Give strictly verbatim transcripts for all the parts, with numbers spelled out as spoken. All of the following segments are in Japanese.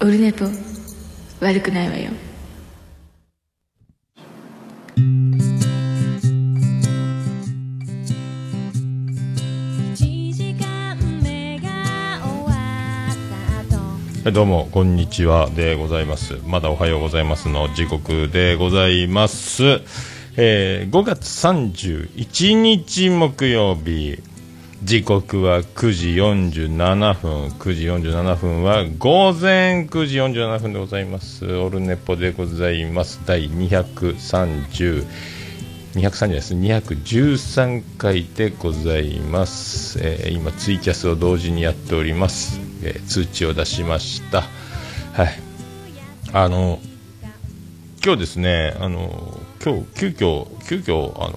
オルネポ悪くないわよ。 どうもこんにちはでございます。まだおはようございますの時刻でございます。えー、ごがつさんじゅういちにち木曜日、時刻はくじよんじゅうななふん、くじよんじゅうななふんは午前くじよんじゅうななふんでございます。オルネポでございます。第にひゃくさんじゅう、にひゃくさんじゅうです。にひゃくじゅうさんかいでございます。えー、今ツイキャスを同時にやっております。えー、通知を出しました。はい。あの今日ですね、あの今日急遽急遽あの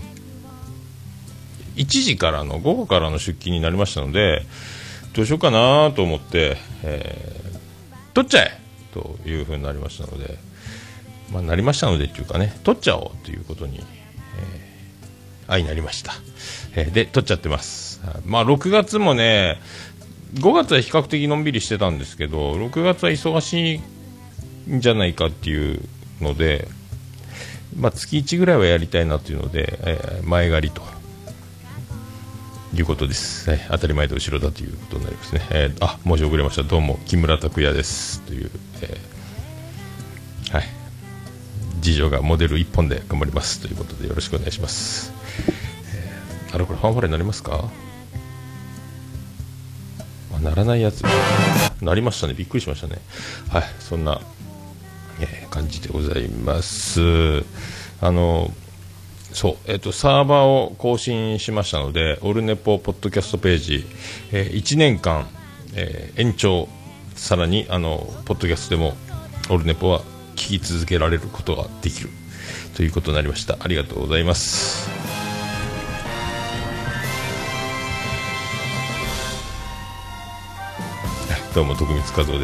いちじからの午後からの出勤になりましたので、どうしようかなと思って、えー、取っちゃえという風になりましたので、まあ、なりましたのでっていうかね、取っちゃおうということに、えー、愛になりました。えー、で取っちゃってます。まあろくがつもね、ごがつは比較的のんびりしてたんですけど、ろくがつは忙しいんじゃないかっていうので、まあ、月いちぐらいはやりたいなというので、えー、前借りということです、ね、当たり前と後ろだということになりますね。えー、あ、申し遅れました。どうも木村拓哉ですという、えー、はい、次女がモデルいっぽんで頑張りますということでよろしくお願いします。えー、あれこれファンファレになりますか？ならないやつなりましたね。びっくりしましたね。はい、そんな、えー、感じでございます。あのそう、えーと、サーバーを更新しましたので、オルネポポッドキャストページ、えー、いちねんかん、えー、延長、さらにあのポッドキャストでもオルネポは聞き続けられることができるということになりました。ありがとうございます。どうも徳光和夫です、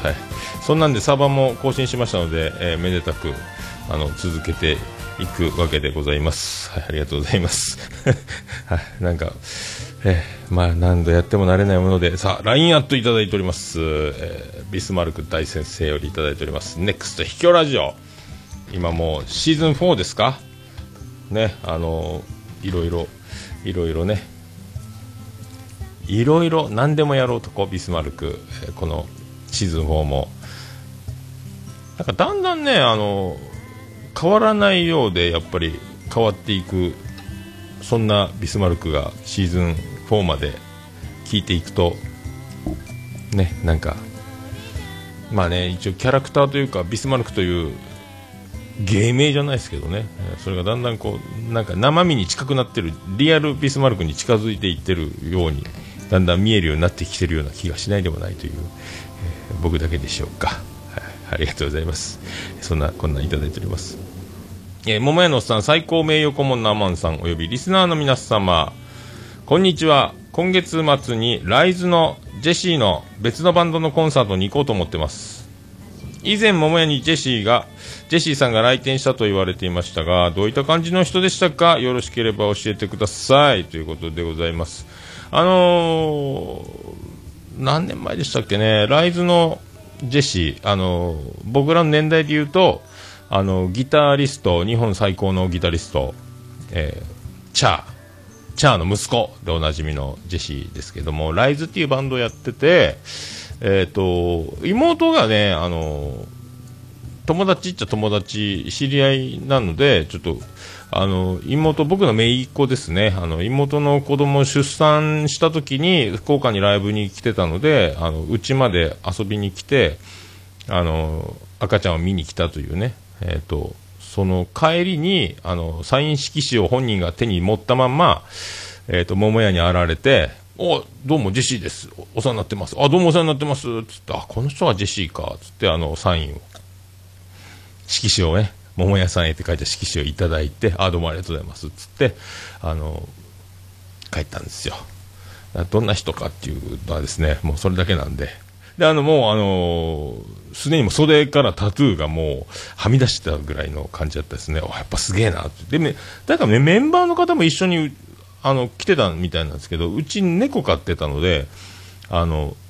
はい、そんなんでサーバーも更新しましたので、えー、めでたくあの続けていくわけでございます、はい、ありがとうございます、はい、なんか、えー、まあ何度やっても慣れないもので、さあ ライン アットいただいております、えー、ビスマルク大先生よりいただいております。ネクスト秘境ラジオ、今もうシーズンフォーですかね、あのいろいろいろいろね、いろいろ何でもやろうとこビスマルク、えー、このシーズンフォーもなんかだんだんね、あの変わらないようでやっぱり変わっていく、そんなビスマルクがシーズンフォーまで聞いていくとね、なんかまあね、一応キャラクターというかビスマルクという芸名じゃないですけどね、それがだんだんこうなんか生身に近くなってる、リアルビスマルクに近づいていってるようにだんだん見えるようになってきてるような気がしないでもないという、えー、僕だけでしょうか、はい、ありがとうございます。そんなこんなんいただいております。えー、桃屋のおっさん、最高名誉顧問のアマンさんおよびリスナーの皆様、こんにちは。今月末にライズのジェシーの別のバンドのコンサートに行こうと思ってます。以前桃屋にジェシーがジェシーさんが来店したと言われていましたが、どういった感じの人でしたか？よろしければ教えてくださいということでございます。あのー、何年前でしたっけね、ライズのジェシー、あのー、僕らの年代で言うと、あのギタリスト、日本最高のギタリスト、えー、チャーチャーの息子でおなじみのジェシーですけども、ライズっていうバンドをやってて、えーと、妹がね、あの友達っちゃ友達、知り合いなので、ちょっとあの妹、僕の姪っ子ですね、あの妹の子供を出産した時に福岡にライブに来てたので、あの家まで遊びに来て、あの赤ちゃんを見に来たというね、えーと、その帰りにあのサイン色紙を本人が手に持ったまんま、えーと、桃屋に現れて、お、どうもジェシーです、お、お世話になってます、あ、どうもお世話になってますつって、あ、この人がジェシーかつって、あのサインを、色紙をね、桃屋さんへって書いた色紙をいただいて、あ、どうもありがとうございますつって、あの帰ったんですよ。どんな人かっていうのはですね、もうそれだけなんで、で、あのもうあのすでにも袖からタトゥーがもうはみ出してたぐらいの感じだったですね。お、やっぱすげえなって。でね、だからね、メンバーの方も一緒にあの来てたみたいなんですけど、うち猫飼ってたので、あの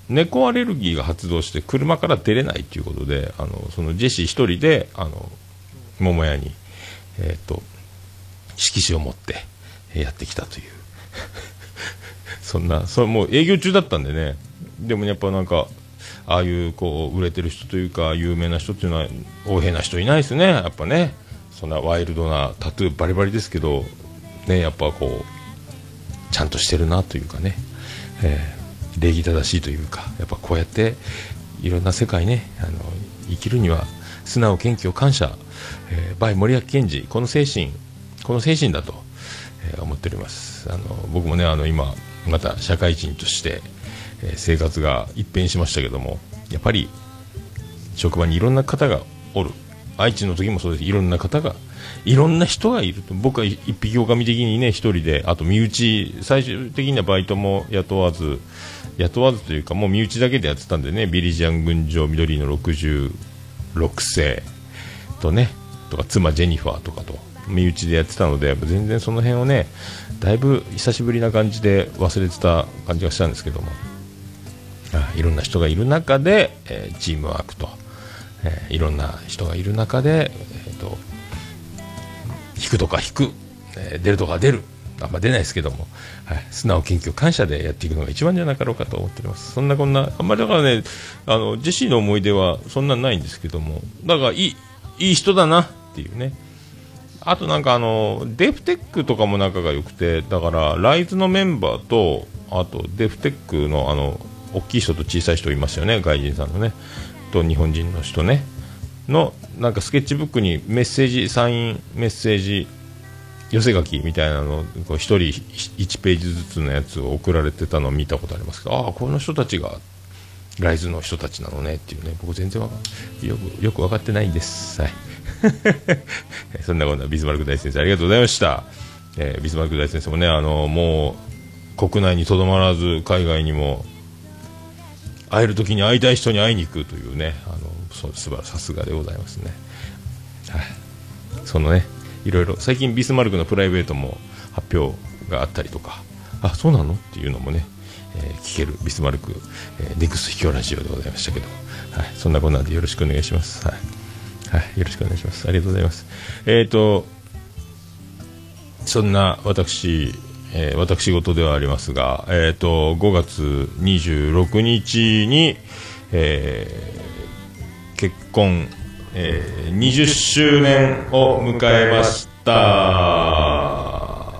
猫アレルギーが発動して車から出れないということで、あのそのジェシー一人であの桃屋に、えー、と色紙を持ってやってきたというそんなそれもう営業中だったんでね。でもやっぱなんかああいうこう売れてる人というか有名な人っていうのは横柄な人いないですね。やっぱね、そんなワイルドなタトゥーバリバリですけどね、やっぱこうちゃんとしてるなというかね、えー礼儀正しいというか、やっぱこうやっていろんな世界ね、あの生きるには素直謙虚感謝、えー、バイ森脇健児、この精神この精神だと、えー、思っております。あの僕もね、あの今また社会人として、えー、生活が一変しましたけども、やっぱり職場にいろんな方がおる。愛知の時もそうです。いろんな方がいろんな人がいると。僕は一匹狼的にね一人で、あと身内、最終的にはバイトも雇わず雇わずというかもう身内だけでやってたんでね、ビリジアン群青緑のろくじゅうろく世とねとか妻ジェニファーとかと身内でやってたので、全然その辺をねだいぶ久しぶりな感じで忘れてた感じがしたんですけども、あいろんな人がいる中で、えー、チームワークと、えー、いろんな人がいる中で、えー、と引くとか引く、えー、出るとか出る、あんま出ないですけども、はい、素直謙虚感謝でやっていくのが一番じゃなかろうかと思っております。そんなこんなあんまりだからね、あのジェシーの思い出はそんなないんですけども、だからいいいい人だなっていうね。あとなんかあのデフテックとかも仲が良くて、だからライズのメンバーとあとデフテックのあの大きい人と小さい人いますよね、外人さんのねと日本人の人ねのなんかスケッチブックにメッセージサインメッセージ寄せ書きみたいなのを一人いちページずつのやつを送られてたのを見たことありますけど、ああこの人たちがライズの人たちなのねっていうね、僕全然よくよく分かってないんです。はい。そんなことなビスマルク大先生ありがとうございました。えー、ビスマルク大先生もね、あのもう国内にとどまらず海外にも会えるときに会いたい人に会いに行くというね、あのそう素晴らしい、さすがでございますね。はい。そのねいろいろ最近ビスマルクのプライベートも発表があったりとか、あそうなのっていうのもね、えー、聞けるビスマルク、えー、ネクスト秘境ラジオでございましたけど、はい、そんなこんなんでよろしくお願いします。はい、はい、よろしくお願いします。ありがとうございます。えーとそんな私、えー、私事ではありますが、えーとごがつにじゅうろくにちに、えー、結婚えー、にじゅっしゅうねんを迎えました。はい、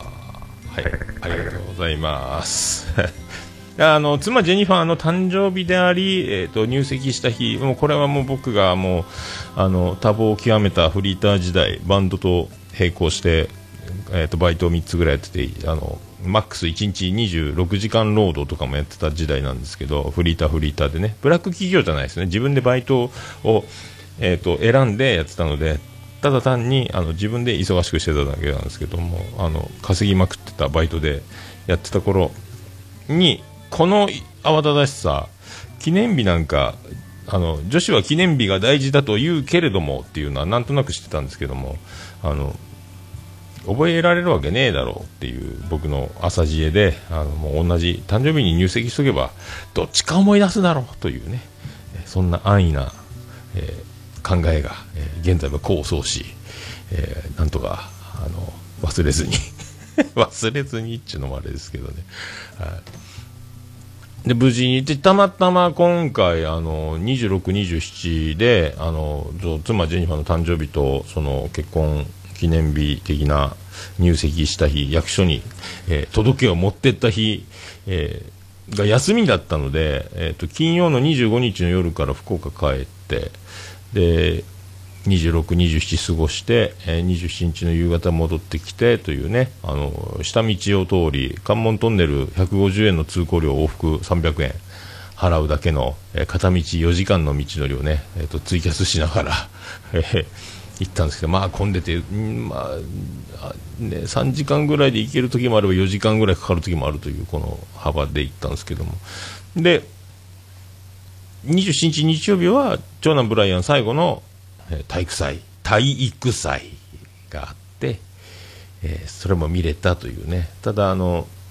ありがとうございます。あの妻ジェニファーの誕生日であり、えー、と入籍した日、もうこれはもう僕がもうあの多忙を極めたフリーター時代、バンドと並行して、えー、とバイトをみっつぐらいやってて、あのマックスいちにちにじゅうろくじかん労働とかもやってた時代なんですけど、フリーターフリーターでね、ブラック企業じゃないですね、自分でバイトをえー、と選んでやってたので、ただ単にあの自分で忙しくしてただけなんですけども、あの稼ぎまくってたバイトでやってた頃にこの慌ただしさ、記念日なんかあの女子は記念日が大事だと言うけれどもっていうのはなんとなく知ってたんですけども、あの覚えられるわけねえだろうっていう僕の朝知恵で、あのもう同じ誕生日に入籍しとけばどっちか思い出すだろうというね、そんな安易な、えー考えが、えー、現在も功を奏し、えー、なんとかあの忘れずに忘れずにっていうのもあれですけどね、はい、で無事にでたまたま今回あのにじゅうろく、にじゅうしちであの妻ジェニファーの誕生日とその結婚記念日的な入籍した日、役所に、えー、届けを持ってった日、えー、が休みだったので、えー、と金曜のにじゅうごにちの夜から福岡帰ってでにじゅうろく、にじゅうしち過ごして、えー、にじゅうしちにちの夕方戻ってきてというね、あの下道を通り関門トンネルひゃくごじゅうえんの通行料往復さんびゃくえん払うだけの、えー、片道よじかんの道のりをね、えー、とツイキャスしながら、えー、行ったんですけど、まあ混んでて、んまあね、さんじかんぐらいで行ける時もあればよじかんぐらいかかる時もあるというこの幅で行ったんですけども、でにじゅうしちにち日曜日は長男ブライアン最後の、えー、体育祭体育祭があって、えー、それも見れたというね。ただあの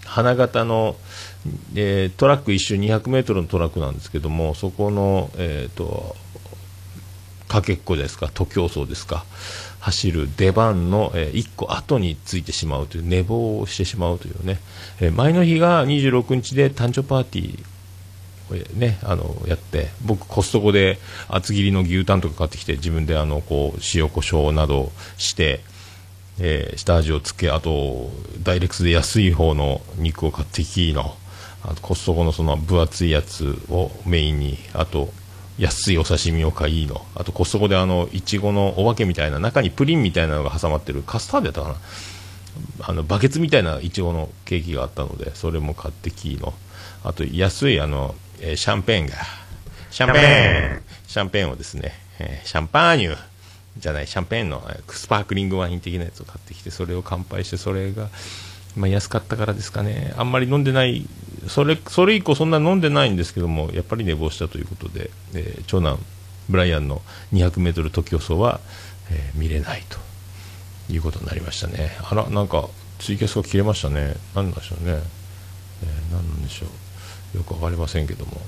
花形の、えー、トラック一周にひゃくメートルのトラックなんですけども、そこの、えーと、かけっこですか、徒競走ですか、走る出番の、えー、いっこ後についてしまうという、寝坊をしてしまうというね、えー、前の日がにじゅうろくにちで誕生パーティーね、あのやって、僕コストコで厚切りの牛タンとか買ってきて、自分であのこう塩コショウなどして、えー、下味をつけ、あとダイレクトで安い方の肉を買ってきの、あとコストコのその分厚いやつをメインに、あと安いお刺身を買いの、あとコストコであのいちごのお化けみたいな、中にプリンみたいなのが挟まってるカスタードやったかな、あのバケツみたいないちごのケーキがあったので、それも買ってきの、あと安いあのえー、シャンペーンがシャンペーンシャンペーンをですね、えー、シャンパーニュじゃないシャンペーンのスパークリングワイン的なやつを買ってきて、それを乾杯して、それが、まあ、安かったからですかね、あんまり飲んでない、それそれ以降そんな飲んでないんですけども、やっぱり寝坊したということで、えー、長男ブライアンのにひゃくメートル徒競走は、えー、見れないということになりましたね。あら、なんかツイキャスが切れましたね。何なんでしょうね、えー、何なんでしょう、よくわかりませんけども、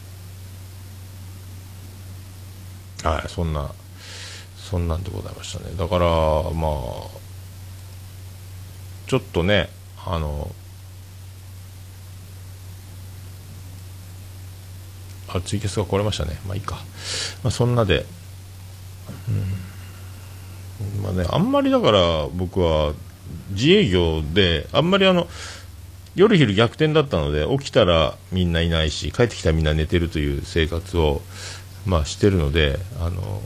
はい、そんなそんなんでございましたね。だからまあちょっとね、あのあツイキャスが来れましたね。まあいいか、まあ、そんなで、うん、まあね、あんまりだから僕は自営業であんまりあの夜昼逆転だったので、起きたらみんないないし、帰ってきたらみんな寝てるという生活を、まあ、してるので、あの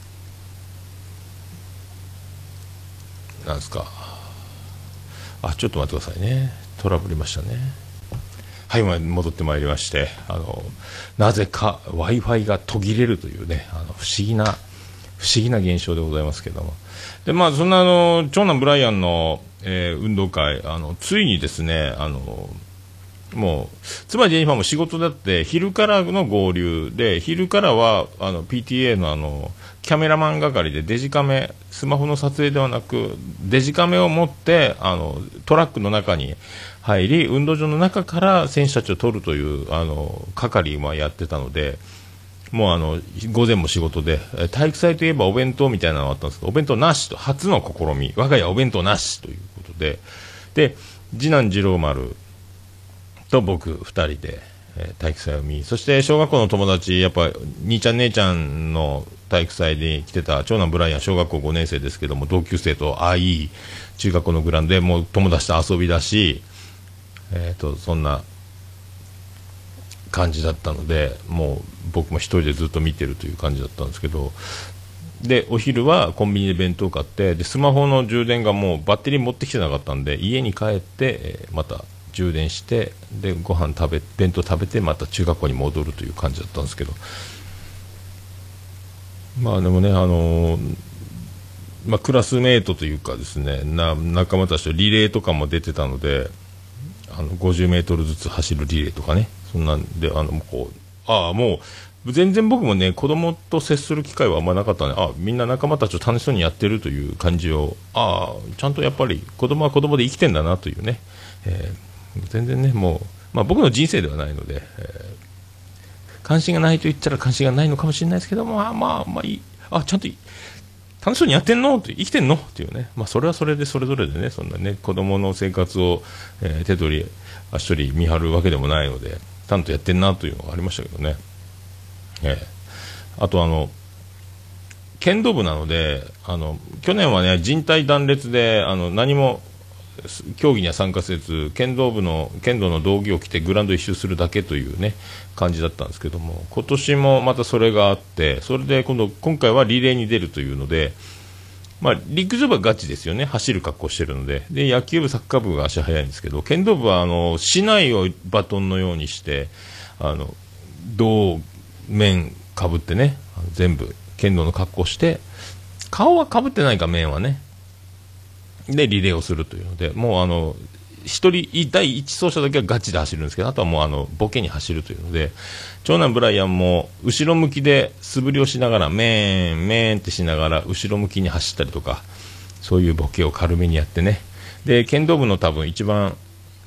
なんですか、あ、ちょっと待ってくださいね、トラブりましたね。はい、戻ってまいりまして、あのなぜか Wi-Fi が途切れるというね、あの不思議な不思議な現象でございますけども、で、まあ、そんなあの長男ブライアンの、えー、運動会、あのついにですね、あのもう妻ジェニファーも仕事だって昼からの合流で、昼からはあの ピーティーエー の, あのキャメラマン係でデジカメ、スマホの撮影ではなくデジカメを持ってあのトラックの中に入り、運動場の中から選手たちを撮るというあの係もやってたので、もうあの午前も仕事で、体育祭といえばお弁当みたいなのがあったんですけど、お弁当なしと、初の試み、我が家お弁当なしということで、で次男次郎丸と僕ふたりで、えー、体育祭を見、そして小学校の友達、やっぱ兄ちゃん姉ちゃんの体育祭で来てた長男ブライアン、小学校ごねん生ですけども、同級生と会い、中学校のグラウンドでもう友達と遊びだし、えー、とそんな感じだったので、もう僕も一人でずっと見てるという感じだったんですけど、でお昼はコンビニで弁当買って、でスマホの充電がもうバッテリー持ってきてなかったんで、家に帰って、えー、また充電して、でご飯食べ弁当食べてまた中学校に戻るという感じだったんですけど、まあでもね、あのーまあ、クラスメートというかですね、な仲間たちとリレーとかも出てたので、あのごじゅうメートルずつ走るリレーとかね、そんなんで、あのこうああもう全然僕もね、子供と接する機会はあんまなかったね。あ、みんな仲間たちと楽しそうにやってるという感じを、ああちゃんとやっぱり子供は子供で生きてんだなというね、えー、全然ね、もう、まあ、僕の人生ではないので、えー、関心がないと言ったら関心がないのかもしれないですけども、まあまあまあいい、あちゃんと楽しそうにやってんのって、生きてんのっていうね、まあ、それはそれでそれぞれでね、そんなね子供の生活を、えー、手取り足取り見張るわけでもないので、ちゃんとやってんなというのがありましたけどね、えー、あとあの剣道部なので、あの去年はね人体断裂であの何も競技には参加せず、剣道部の剣道の道着を着てグラウンド一周するだけというね感じだったんですけども、今年もまたそれがあって、それで今度今回はリレーに出るというので、まあ、陸上部はガチですよね、走る格好してるので、で野球部サッカー部が足速いんですけど、剣道部はあの竹刀をバトンのようにして、あの銅面かぶってね、全部剣道の格好して、顔はかぶってないか面はね、でリレーをするというので、もうあの一人第一走者だけはガチで走るんですけど、あとはもうあのボケに走るというので、長男ブライアンも後ろ向きで素振りをしながらメーンメーンってしながら後ろ向きに走ったりとか、そういうボケを軽めにやってね、で剣道部の多分一番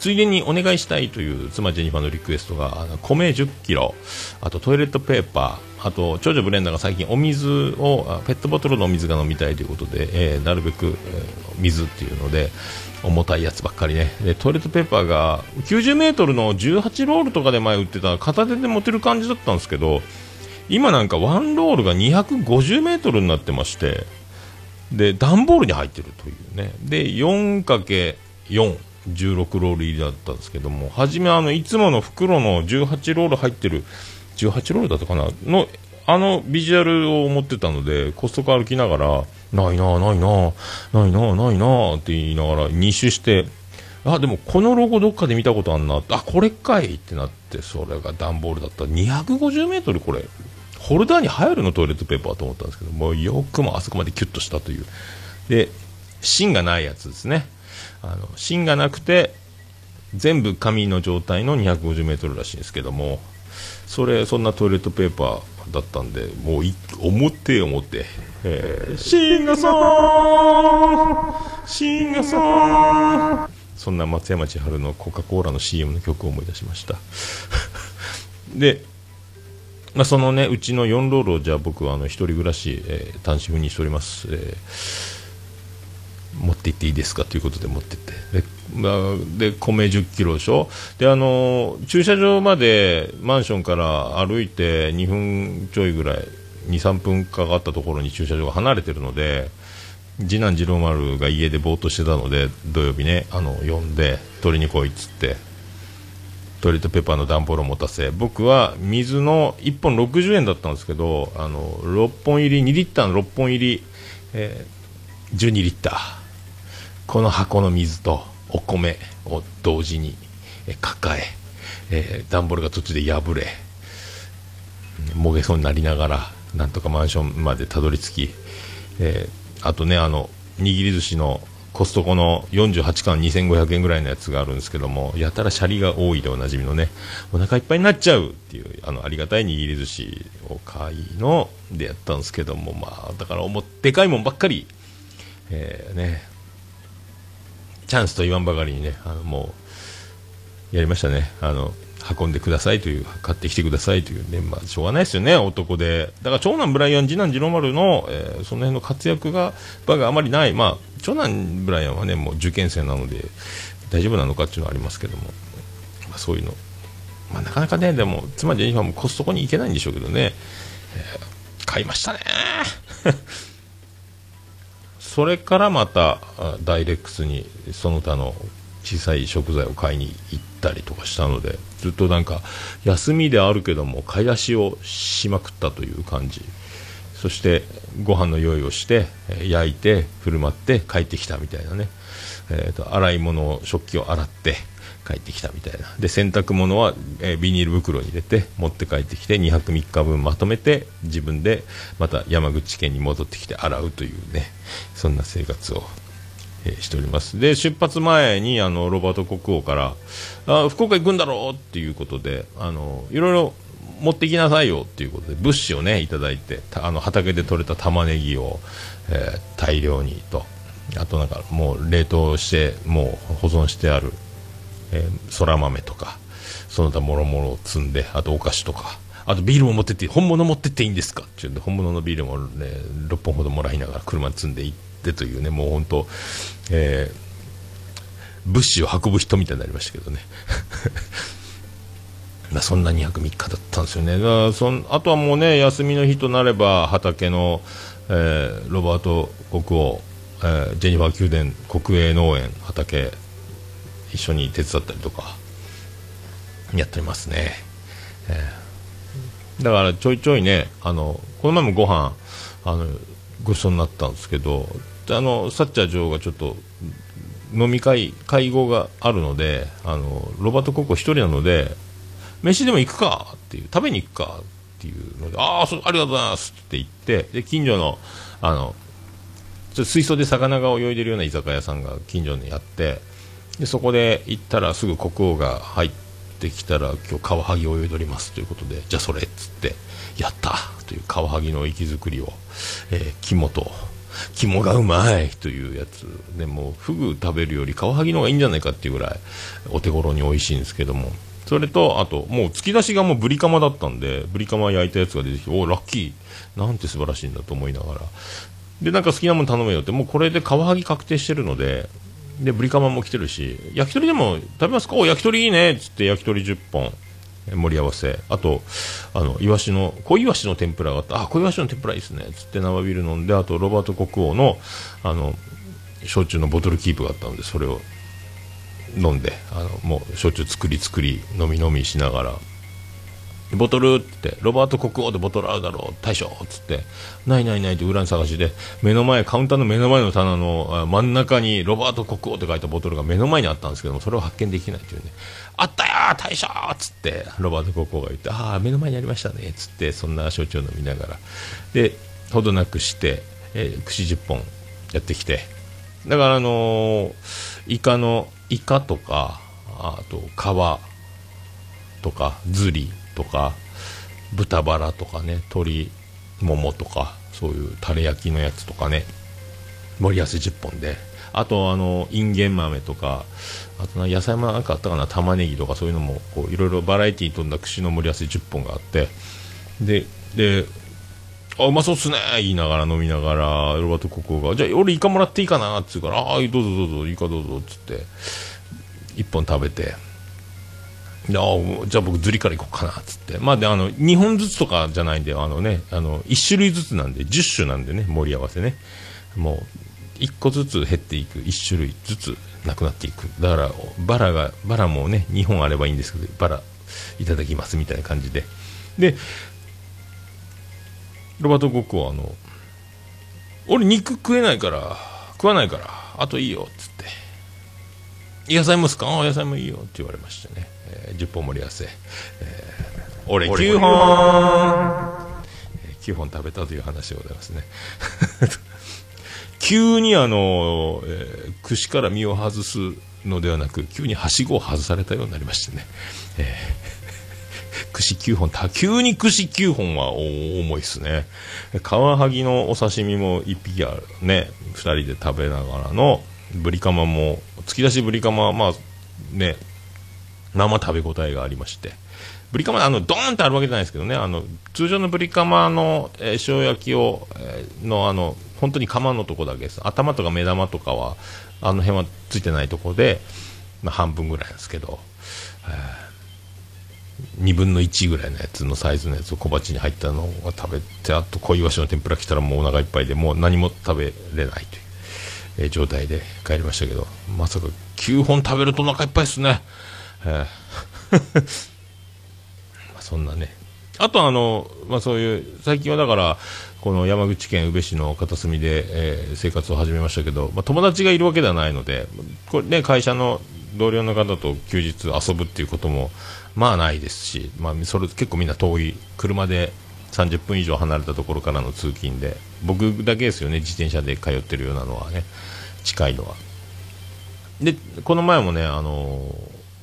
ついでにお願いしたいという妻ジェニファーのリクエストが、あの米じゅっキロ、あとトイレットペーパー、あと長女ブレンダーが最近お水を、ペットボトルのお水が飲みたいということで、えー、なるべく、えー、水っていうので重たいやつばっかりね。でトイレットペーパーがきゅうじゅうメートルのじゅうはちロールとかで前売ってた片手で持てる感じだったんですけど、今なんかワンロールがにひゃくごじゅうメートルになってまして、で段ボールに入ってるというね。で よんかけるよん、じゅうろくロール入りだったんですけども、はじめあのいつもの袋のじゅうはちロール入ってるじゅうはちロールだったかなのあのビジュアルを持ってたので、コストコ歩きながらないなないなないなないなって言いながらに周して、あでもこのロゴどっかで見たことあんな、あこれかいってなって、それが段ボールだった。にひゃくごじゅうメートル、これホルダーに入るのトイレットペーパーと思ったんですけども、よくもあそこまでキュッとしたという。で芯がないやつですね。あの芯がなくて全部紙の状態のにひゃくごじゅうメートルらしいんですけども、それそんなトイレットペーパーだったんで、もうい表表、えー、シンガソンシンガソン、そんな松山千春のコカ・コーラの シーエム の曲を思い出しましたで、まあ、そのねうちのよんロールをじゃあ僕はあの一人暮らし、えー、単身赴任しております、えー持って行っていいですかということで持って行って、で、まあ、で米じゅっキロでしょ。であの駐車場までマンションから歩いてにふんちょいぐらい にさんぷんかかったところに駐車場が離れてるので、次男次郎丸が家でぼーっとしてたので土曜日ねあの呼んで取りに来いっつってトイレットペーパーの段ボールを持たせ、僕は水のいっぽんろくじゅうえんだったんですけど、あのろっぽん入りにリッターのろっぽん入り、えー、じゅうにリッター、この箱の水とお米を同時に抱え、えー、段ボールが途中で破れもげそうになりながらなんとかマンションまでたどり着き、えー、あとねあの握り寿司のコストコのよんじゅうはちかんにせんごひゃくえんぐらいのやつがあるんですけども、やたらシャリが多いでおなじみのね、お腹いっぱいになっちゃうっていうあのありがたい握り寿司を買いのでやったんですけども、まあだから思でかいもんばっかり、えー、ねチャンスと言わんばかりにね、あのもうやりましたね。あの運んでくださいという、買ってきてくださいというね、まあしょうがないですよね、男で。だから長男ブライアン、次男次郎丸の、えー、その辺の活躍が場があまりない。まあ長男ブライアンはねもう受験生なので大丈夫なのかっていうのはありますけども、まあ、そういうの、まあ、なかなかねでも妻ジェニファーもコストコに行けないんでしょうけどね、えー、買いましたねそれからまたダイレックスにその他の小さい食材を買いに行ったりとかしたので、ずっとなんか休みであるけども買い出しをしまくったという感じ。そしてご飯の用意をして焼いて振る舞って帰ってきたみたいなね、えーと洗い物食器を洗って帰ってきたみたいな。で洗濯物は、えー、ビニール袋に入れて持って帰ってきてにはくみっかぶんまとめて自分でまた山口県に戻ってきて洗うというね、そんな生活を、えー、しております。で出発前にあのロバート国王からあ福岡行くんだろうっていうことで、あのいろいろ持ってきなさいよっていうことで物資をねいただいて、あの畑で採れた玉ねぎを、えー、大量にと、あとなんかもう冷凍してもう保存してあるえー、そら豆とかその他もろもろを積んで、あとお菓子とか、あとビールも持ってって本物持ってっていいんですかっていうんで本物のビールも、ね、ろっぽんほどもらいながら車に積んでいってというね、もう本当、えー、物資を運ぶ人みたいになりましたけどねまあそんなにはくみっかだったんですよね。だからそんあとはもうね休みの日となれば畑の、えー、ロバート国王、えー、ジェニファー宮殿国営農園畑一緒に手伝ったりとかやっておりますね、えー、だからちょいちょいねあのこの前もご飯あのごちそうになったんですけど、あのサッチャー女王がちょっと飲み会会合があるので、あのロバート国王一人なので飯でも行くかっていう、食べに行くかっていうので、ああありがとうございますって言って、で近所のあのちょ水槽で魚が泳いでるような居酒屋さんが近所にあって、でそこで行ったらすぐ国王が入ってきたら、今日カワハギ泳いでおりますということで、じゃあそれっつってやったというカワハギの息づくりを、えー、肝と肝がうまいというやつで、もうフグ食べるよりカワハギの方がいいんじゃないかっていうぐらいお手頃に美味しいんですけども、それとあともう突き出しがもうブリカマだったんで、ブリカマ焼いたやつが出てきて、おラッキー、なんて素晴らしいんだと思いながら、でなんか好きなもの頼めよって、もうこれでカワハギ確定してるので、でブリカマも来てるし、焼き鳥でも食べますか、お焼き鳥いいねっつって焼き鳥じゅっぽん盛り合わせ、あとあのイワシの小イワシの天ぷらがあって、あ小イワシの天ぷらいいですねっつって生ビール飲んで、あとロバート国王のあの焼酎のボトルキープがあったので、それを飲んで、あのもう焼酎作り作り飲み飲みしながら、ボトルってロバート国王でボトルあるだろう大将っつって、ないないないって裏に探しで、目の前カウンターの目の前の棚の真ん中にロバート国王って書いたボトルが目の前にあったんですけども、それを発見できないというね、あったよー大将っつってロバート国王が言って、ああ目の前にありましたねっつって、そんな焼酎を飲みながらでほどなくして、えー、串じゅっぽんやってきて、だからあのー、イカのイカとか、あと皮とかズリとか豚バラとかね、鶏ももとか、そういうタレ焼きのやつとかね、盛り合わせじゅっぽんで、あとあのインゲン豆とか、あと野菜もなんかあったかな、玉ねぎとか、そういうのもこういろいろバラエティに富んだ串の盛り合わせじゅっぽんがあって、でであうまそうっすね言いながら飲みながら、ロバート国王がじゃあ俺イカもらっていいかなっつうから、ああどうぞどうぞイカどうぞっつっていっぽん食べて、であじゃあ僕ズリからいこうかなっつって、まあであのにほんずつとかじゃないんで、あのねあのいっしゅるいずつなんでじゅっしゅなんでね、盛り合わせね、もういっこずつ減っていく、いっしゅるいずつなくなっていく、だからバラがバラもねにほんあればいいんですけど、バラいただきますみたいな感じで、でロバート国王はあの俺肉食えないから食わないからあといいよっつって、野菜もすか、あ野菜もいいよって言われましてね、えー、じゅっぽん盛り合わせ、えー、俺きゅうほん、えー、きゅうほん食べたという話でございますね急にあの、えー、串から身を外すのではなく、急にはしごを外されたようになりましてね、えー串きゅうほん、急に串きゅうほんは重いですね。カワハギのお刺身もいっぴきあるね、ふたりで食べながらのブリカマも、突き出しブリカマはまあね生食べ応えがありまして、ブリカマあのドーンってあるわけじゃないですけどね、あの通常のブリカマの、えー、塩焼きを、えー、のあの本当に釜のとこだけです。頭とか目玉とかはあの辺はついてないとこで、まあ、半分ぐらいですけど、えーにぶんのいちぐらいのやつのサイズのやつを小鉢に入ったのを食べて、あと小イワシの天ぷら来たらもうお腹いっぱいで、もう何も食べれないという、えー、状態で帰りましたけど、まさかきゅうほん食べるとお腹いっぱいですね、えーまあそんなね、あとあの、まあ、そういう最近はだからこの山口県宇部市の片隅で、えー、生活を始めましたけど、まあ、友達がいるわけではないので、これ、ね、会社の同僚の方と休日遊ぶっていうこともまあないですし、まあ、それ結構みんな遠い車でさんじゅっぷん以上離れたところからの通勤で、僕だけですよね自転車で通ってるようなのはね、近いのは。でこの前もね、あのー、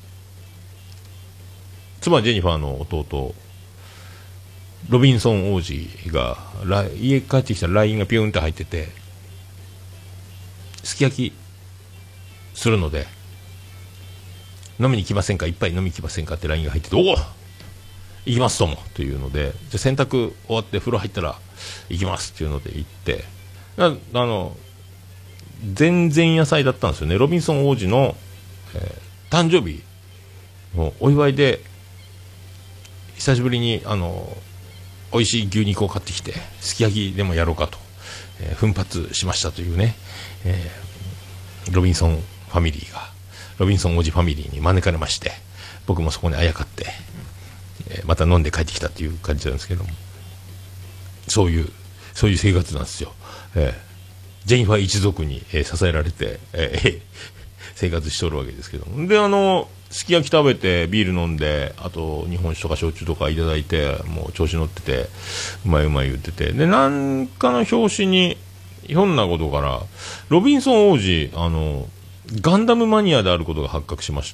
妻ジェニファーの弟ロビンソン王子が家帰ってきたら ライン がピューンって入ってて、すき焼きするので飲みに来ませんか、一杯飲みに来ませんかって ライン が入ってて、おお行きますともというので、じゃ洗濯終わって風呂入ったら行きますっていうので行って、あの全然野菜だったんですよね。ロビンソン王子の、えー、誕生日のお祝いで久しぶりにあの美味しい牛肉を買ってきてすき焼きでもやろうかと、えー、奮発しましたというね、えー、ロビンソンファミリーがロビンソン王子ファミリーに招かれまして、僕もそこにあやかって、えー、また飲んで帰ってきたという感じなんですけども、そういうそういう生活なんですよ、えー、ジェニファー一族に、えー、支えられて、えー、生活しておるわけですけども、であのすき焼き食べてビール飲んで、あと日本酒とか焼酎とかいただいて、もう調子乗っててうまいうまい言ってて、でなんかの表紙にひょんなことからロビンソン王子あのガンダムマニアであることが発覚しまして、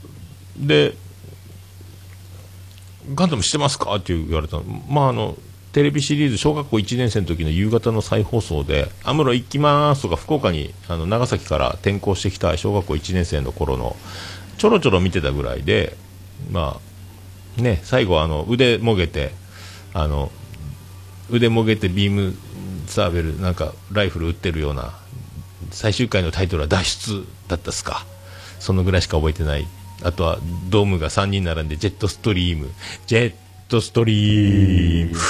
でガンダムしてますかって言われたの。まああのテレビシリーズ小学校いちねん生の時の夕方の再放送でアムロ行きますとか福岡にあの長崎から転校してきた小学校いちねん生の頃のちょろちょろ見てたぐらいで、まあね、最後あの腕もげてあの腕もげてビームサーベルなんかライフル撃ってるような最終回のタイトルは脱出だったっすか。そのぐらいしか覚えてない。あとはドームがさんにん並んでジェットストリームジェットストリーム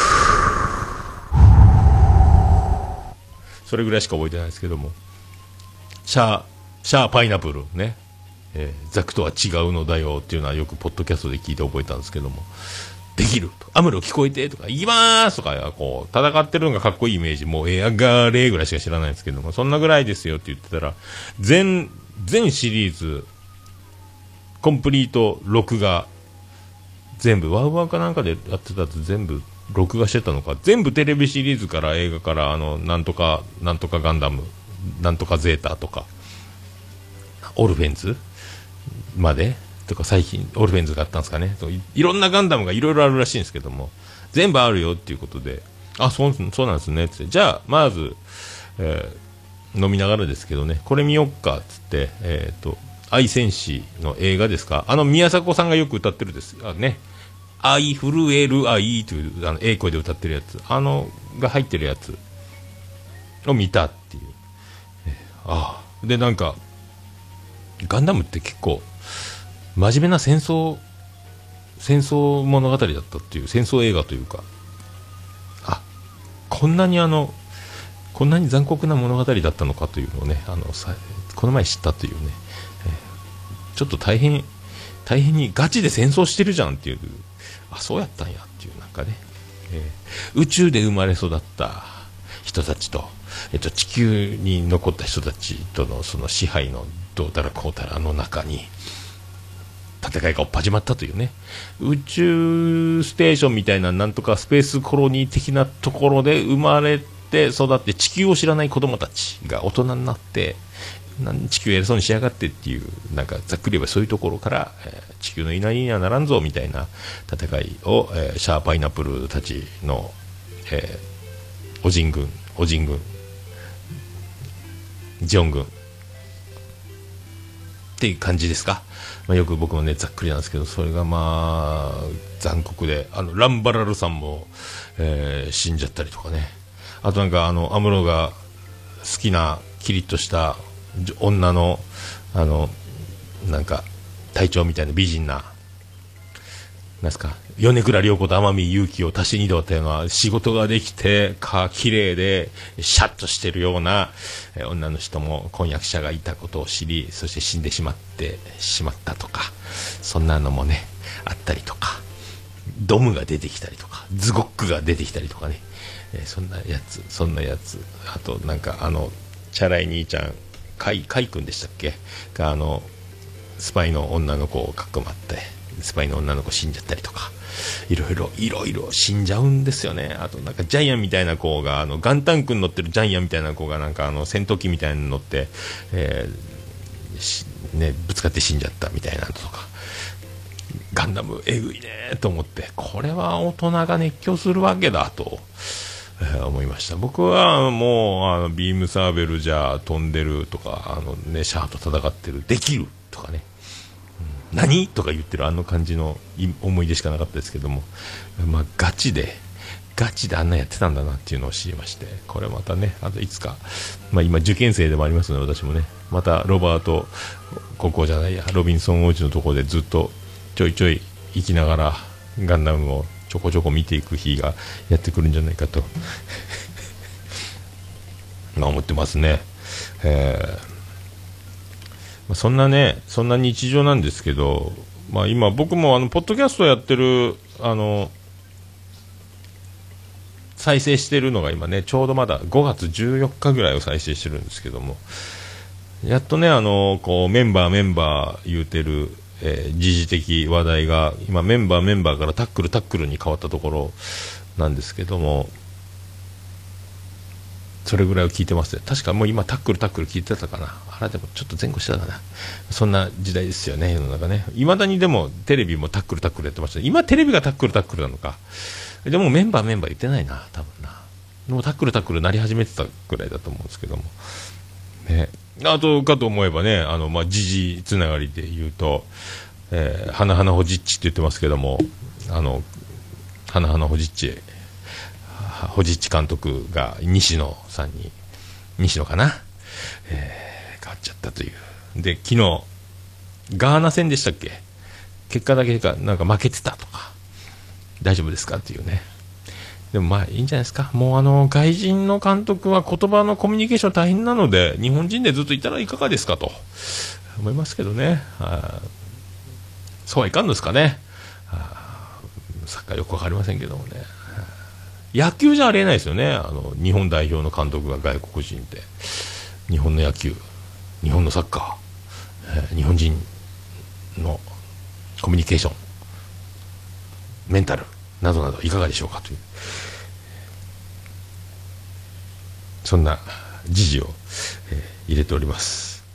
それぐらいしか覚えてないですけども、シャーシャーパイナップルね、えー、ザクとは違うのだよっていうのはよくポッドキャストで聞いて覚えたんですけども、できるとアムロ聞こえてとか行きまーすとかこう戦ってるのがかっこいいイメージ、もうエアガーレーぐらいしか知らないんですけども、そんなぐらいですよって言ってたら全全シリーズコンプリート録画全部ワウワウかなんかでやってたやつ全部録画してたのか、全部テレビシリーズから映画からあのなんとかなんとかガンダムなんとかゼータとかオルフェンズまでとか、最近オルフェンズがあったんですかね、い, いろんなガンダムがいろいろあるらしいんですけども、全部あるよっていうことで、あ、そうそうなんですねって、じゃあまず、えー、飲みながらですけどね、これ見よっかっつって、えっ、ー、と愛戦士の映画ですか、あの宮迫さんがよく歌ってるですあね、愛震える愛というあのええ声で歌ってるやつ、あのが入ってるやつを見たっていう、えー、ああでなんかガンダムって結構真面目な戦争戦争物語だったっていう、戦争映画というか、あ、こんなにあのこんなに残酷な物語だったのかというのをね、あのさこの前知ったというね、えー、ちょっと大変大変にガチで戦争してるじゃんっていう、あ、そうやったんやっていう、なんかね、えー、宇宙で生まれ育った人たちと、えっと、地球に残った人たちとのその支配のどうたらこうたらの中に戦いが始まったというね、宇宙ステーションみたいななんとかスペースコロニー的なところで生まれて育って地球を知らない子供たちが大人になってなん地球偉そうにしやがってっていう、なんかざっくり言えばそういうところから、えー、地球のいないにはならんぞみたいな戦いを、えー、シャーパイナップルたちの、えー、オジン軍オジン軍ジオン軍っていう感じですか。まあ、よく僕もねざっくりなんですけど、それがまあ残酷で、あのランバラルさんも、えー、死んじゃったりとかね、あとなんかあのアムロが好きなキリッとした女のあのなんか隊長みたいな美人ななんすか、米倉涼子と天海祐希を足してにで割ったような、仕事ができてか綺麗でシャッとしてるような、えー、女の人も婚約者がいたことを知り、そして死んでしまってしまったとか、そんなのもねあったりとか、ドムが出てきたりとかズゴックが出てきたりとかね、えー、そんなやつそんなやつあとなんかあのチャラい兄ちゃんカイカイ君でしたっけが、あのスパイの女の子をかくまってスパイの女の子死んじゃったりとか、いろいろいろいろ死んじゃうんですよね。あとなんかジャイアンみたいな子が、あのガンタンクに乗ってるジャイアンみたいな子がなんかあの戦闘機みたいに乗って、えーね、ぶつかって死んじゃったみたいなのとか、ガンダムえぐいねと思って、これは大人が熱狂するわけだと、えー、思いました。僕はもうあのビームサーベルじゃ飛んでるとか、あの、ね、シャアと戦ってるできるとかね、何とか言ってるあの感じの思い出しかなかったですけども、まあ、ガチでガチであんなやってたんだなっていうのを知りまして、これまたね、あといつか、まあ、今受験生でもありますので、私もねまたロバートここじゃないやロビンソン王子のところでずっとちょいちょい行きながらガンダムをちょこちょこ見ていく日がやってくるんじゃないかとまあ思ってますね。えーそんなね、そんな日常なんですけど、まあ、今僕もあのポッドキャストやってるあの再生してるのが今ねちょうどまだごがつじゅうよっかぐらいを再生してるんですけども、やっとねあのこうメンバーメンバー言うてる、えー、時事的話題が今メンバーメンバーからタックルタックルに変わったところなんですけども、 それぐらいを聞いてますね。確かもう今タックルタックル聞いてたかな。あれでもちょっと前後したかな。そんな時代ですよね、世の中ね。いまだにでもテレビもタックルタックルやってました、ね、今テレビがタックルタックルなのか。でもメンバーメンバー言ってないな、多分な。もうタックルタックルなり始めてたぐらいだと思うんですけども。ね、あとかと思えばね、あの、まあ、時事つながりで言うと、えー、花々ほじっちって言ってますけども、あの、花々ほじっち、ほじっち監督が西野さんに、西野かな、えー、変わっちゃったという。で、昨日、ガーナ戦でしたっけ、結果だけがなんか負けてたとか、大丈夫ですかっていうね。でもまあいいんじゃないですか。もうあの外人の監督は言葉のコミュニケーション大変なので、日本人でずっといたらいかがですかと思いますけどね。あ、そうはいかんのですかね。あ、サッカーよくわかりませんけどもね。野球じゃありえないですよね。あの日本代表の監督が外国人で、日本の野球、日本のサッカー、えー、日本人のコミュニケーション、メンタルなどなどいかがでしょうかという、そんな時事を、えー、入れております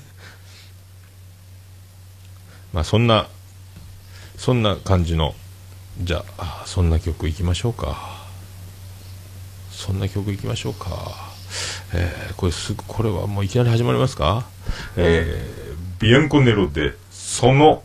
まあそんなそんな感じの、じゃあそんな曲いきましょうか。そんな曲いきましょうか。えー、これすぐ、これはもういきなり始まりますか。えー、ビアンコネロでその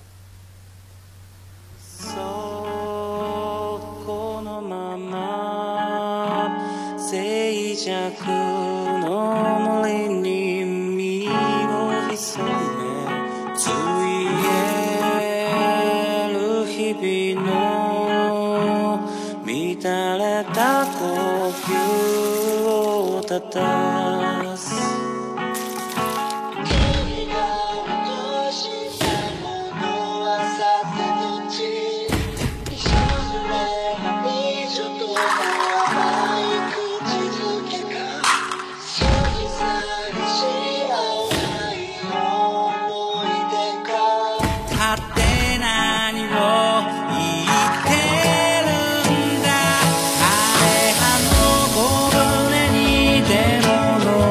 静寂の森に身を潜めついえる日々の乱れた呼吸をたたす「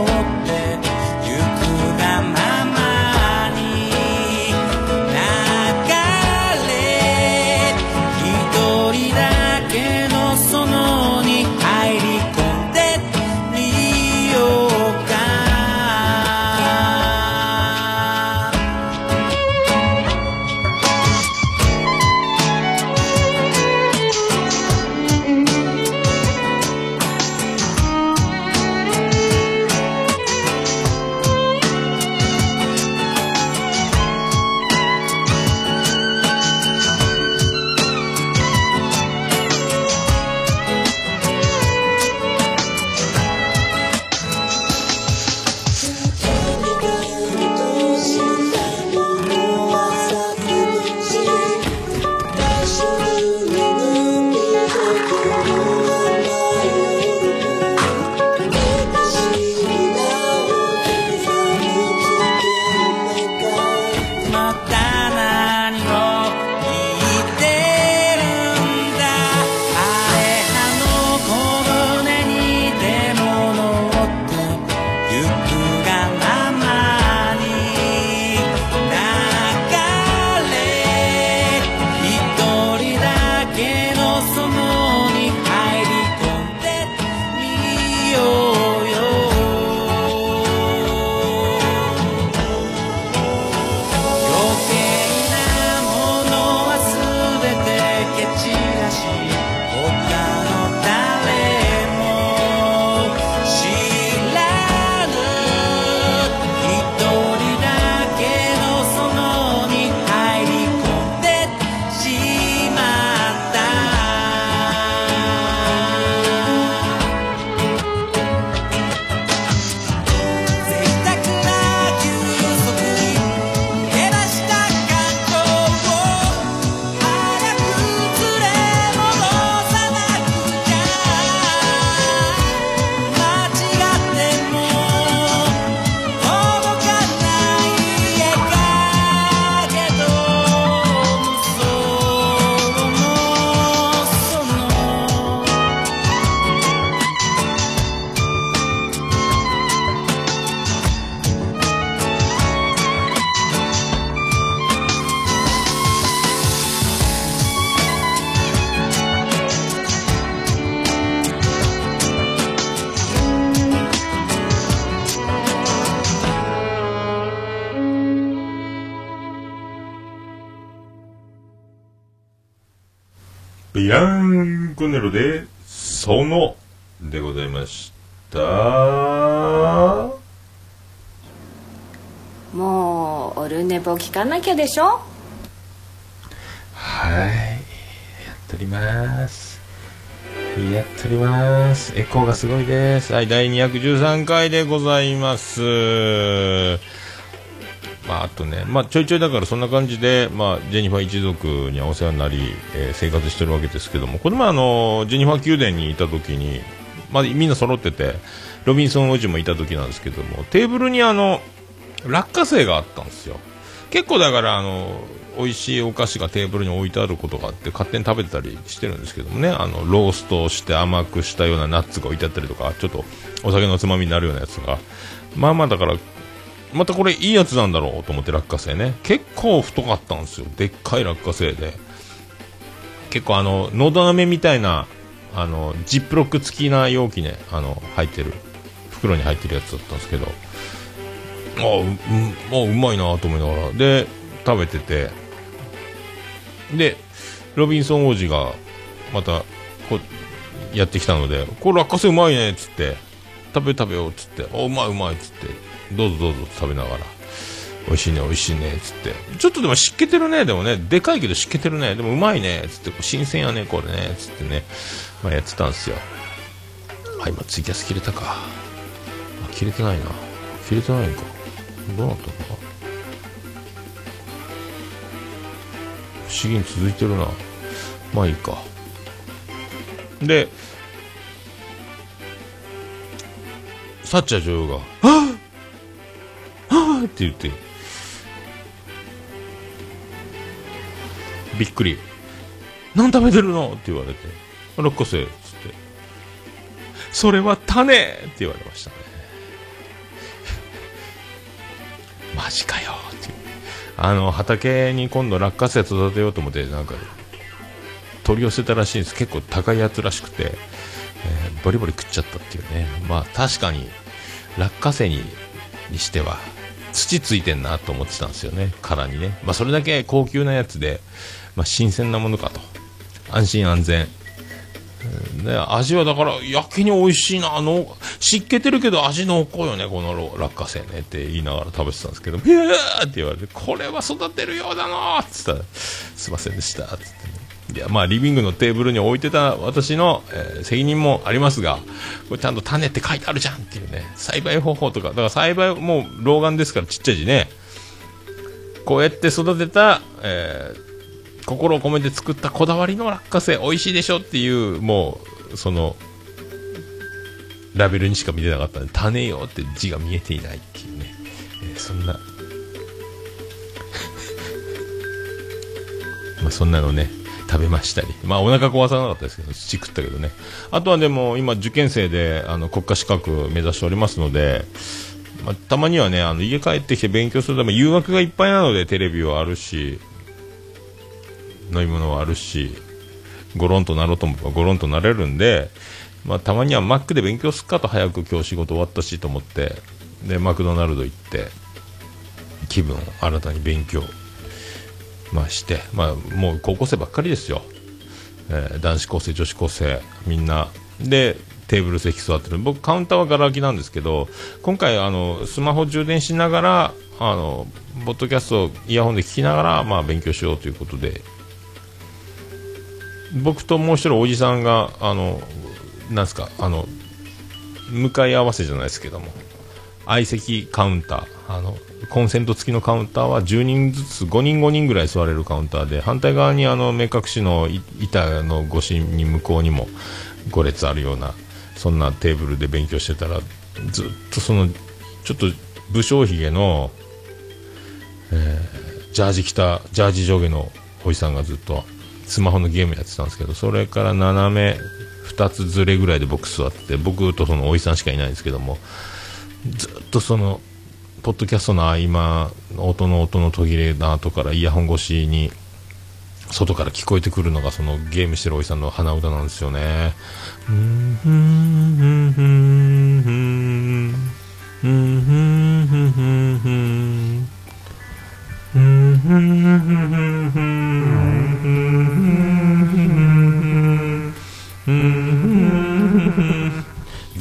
ビアンコネロでそのでございました。 もうオルネポ聞かなきゃでしょ。 はい、やっておりますやっておりますエコーがすごいです。はい、だいにひゃくじゅうさんかいでございます。まあ、あとね、まあ、ちょいちょいだからそんな感じで、まあ、ジェニファー一族にはお世話になり、えー、生活してるわけですけども、これもあのジェニファー宮殿にいた時に、まあ、みんな揃っててロビンソン王子もいた時なんですけども、テーブルにあの落花生があったんですよ。結構だからあの美味しいお菓子がテーブルに置いてあることがあって勝手に食べてたりしてるんですけどもね、あのローストして甘くしたようなナッツが置いてあったりとか、ちょっとお酒のつまみになるようなやつが、まあまあだからまたこれいいやつなんだろうと思って、落花生ね、結構太かったんですよ。でっかい落花生で、結構あののど飴みたいなあのジップロック付きな容器ね、あの入ってる袋に入ってるやつだったんですけど、ああ う, う, あうまいなと思いながらで食べてて、でロビンソン王子がまたこうやってきたので、これ落花生うまいねっつって、食べ食べようっつって、あうまいうまいっつって、どうぞどうぞ食べながら、美味しいね美味しいねっつって、ちょっとでも湿気てるね、でもねでかいけど湿気てるね、でもうまいねっつって、新鮮やねこれねっつってね、まあ、やってたんですよ。はい、今ツイキャス切れたか、あ切れてないな、切れてないんか、どうなったのか、不思議に続いてるな、まあいいか。でサッチャー女王がはぁはぁって言ってびっくり、何食べてるのって言われて、落花生っつって、それは種って言われましたね。マジかよっていう、あの畑に今度落花生育てようと思って、なんか取り寄せたらしいんです。結構高いやつらしくて、えー、バリバリ食っちゃったっていうね。まあ確かに落花生ににしては土ついてんなと思ってたんですよね、殻にね。まあそれだけ高級なやつで、まあ、新鮮なものかと、安心安全で、味はだからやけに美味しいな、あの湿気てるけど味濃厚よねこの落花生ねって言いながら食べてたんですけど、ビューって言われて、これは育てるようだなって言ったら、すいませんでしたって言って、いやまあリビングのテーブルに置いてた私の、えー、責任もありますが、これちゃんと種って書いてあるじゃんっていうね、栽培方法とか、だから栽培もう老眼ですからちっちゃい字ね、こうやって育てた、えー心を込めて作ったこだわりの落花生美味しいでしょっていう、もうそのラベルにしか見てなかったんで、種よって字が見えていないっていうね、えー、そんなまあそんなのね食べましたり、まあお腹壊さなかったですけど土食ったけどね。あとはでも今受験生であの国家資格目指しておりますので、まあ、たまにはねあの家帰ってきて勉強するため誘惑がいっぱいなので、テレビはあるし飲み物はあるし、ゴロンとなろうと思えばゴロンとなれるんで、まあ、たまにはマックで勉強すっかと、早く今日仕事終わったしと思って、でマクドナルド行って気分を新たに勉強、まあ、して、まあ、もう高校生ばっかりですよ、えー、男子高生女子高生みんなでテーブル席座ってる。僕カウンターはガラ空きなんですけど、今回あのスマホ充電しながらあのポッドキャストをイヤホンで聞きながら、まあ、勉強しようということで、僕ともう一人おじさんがあのなんすかあの向かい合わせじゃないですけども、相席カウンター、あのコンセント付きのカウンターはじゅうにんずつごにんごにんぐらい座れるカウンターで、反対側にあの目隠しの板の越しに向こうにもご列あるような、そんなテーブルで勉強してたら、ずっとそのちょっと武将髭の、えー、ジャージ着たジャージ上下のおじさんがずっとスマホのゲームやってたんですけど、それから斜めふたつずれぐらいで僕座って、僕とそのおじさんしかいないんですけども、ずっとそのポッドキャストの合間、音の音の途切れの後からイヤホン越しに外から聞こえてくるのが、そのゲームしてるおじさんの鼻歌なんですよね。うんふんふんふんふんふんふんふんふんふんふんふんふんふんふんふんふんふんふん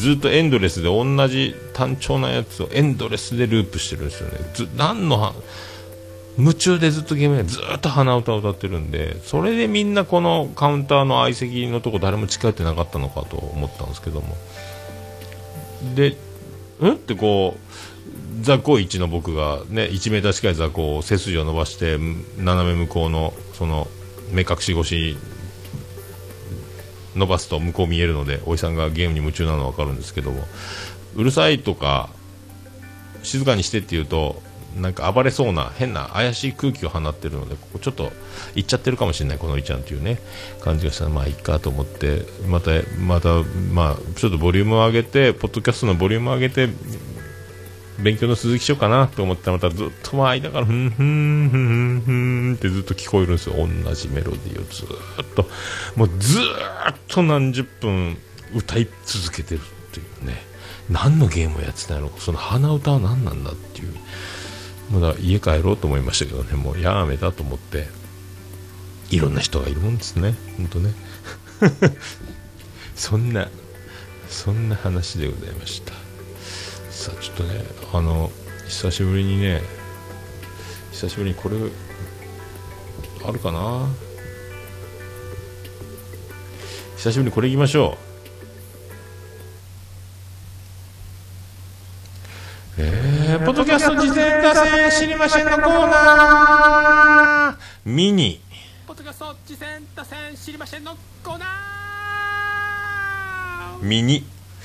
ずっとエンドレスで同じ単調なやつをエンドレスでループしてるんですよね。ず何の夢中でずっとゲームでずっと鼻歌を歌ってるんで、それでみんなこのカウンターの相席のとこ誰も近寄ってなかったのかと思ったんですけども、でうんってこう座高いちの僕がねいちメーター近い座高を背筋を伸ばして斜め向こうのその目隠し越し伸ばすと向こう見えるので、おじさんがゲームに夢中なのは分かるんですけども、うるさいとか静かにしてって言うとなんか暴れそうな変な怪しい空気を放ってるので、ここちょっと行っちゃってるかもしれないこのおいちゃんというね感じがしたら、まあいいかと思ってまたまたまあちょっとボリュームを上げてポッドキャストのボリュームを上げて勉強の続きしようかなと思ったら、またずっとまあ間からふんふんふんふんふんってずっと聞こえるんですよ。同じメロディーをずっともうずーっと何十分歌い続けてるっていうね、何のゲームをやってたのか、その鼻歌は何なんだっていう、まだ家帰ろうと思いましたけどね、もうやめたと思って。いろんな人がいるもんですね本当ねそんなそんな話でございました。さあちょっとねあの久しぶりにね久しぶりにこれあるかな久しぶりにこれいきましょう。えー、ポッドキャスト事前打線知りませんのコーナーミニポッドキャスト次戦打線知りませんのコーナーミニ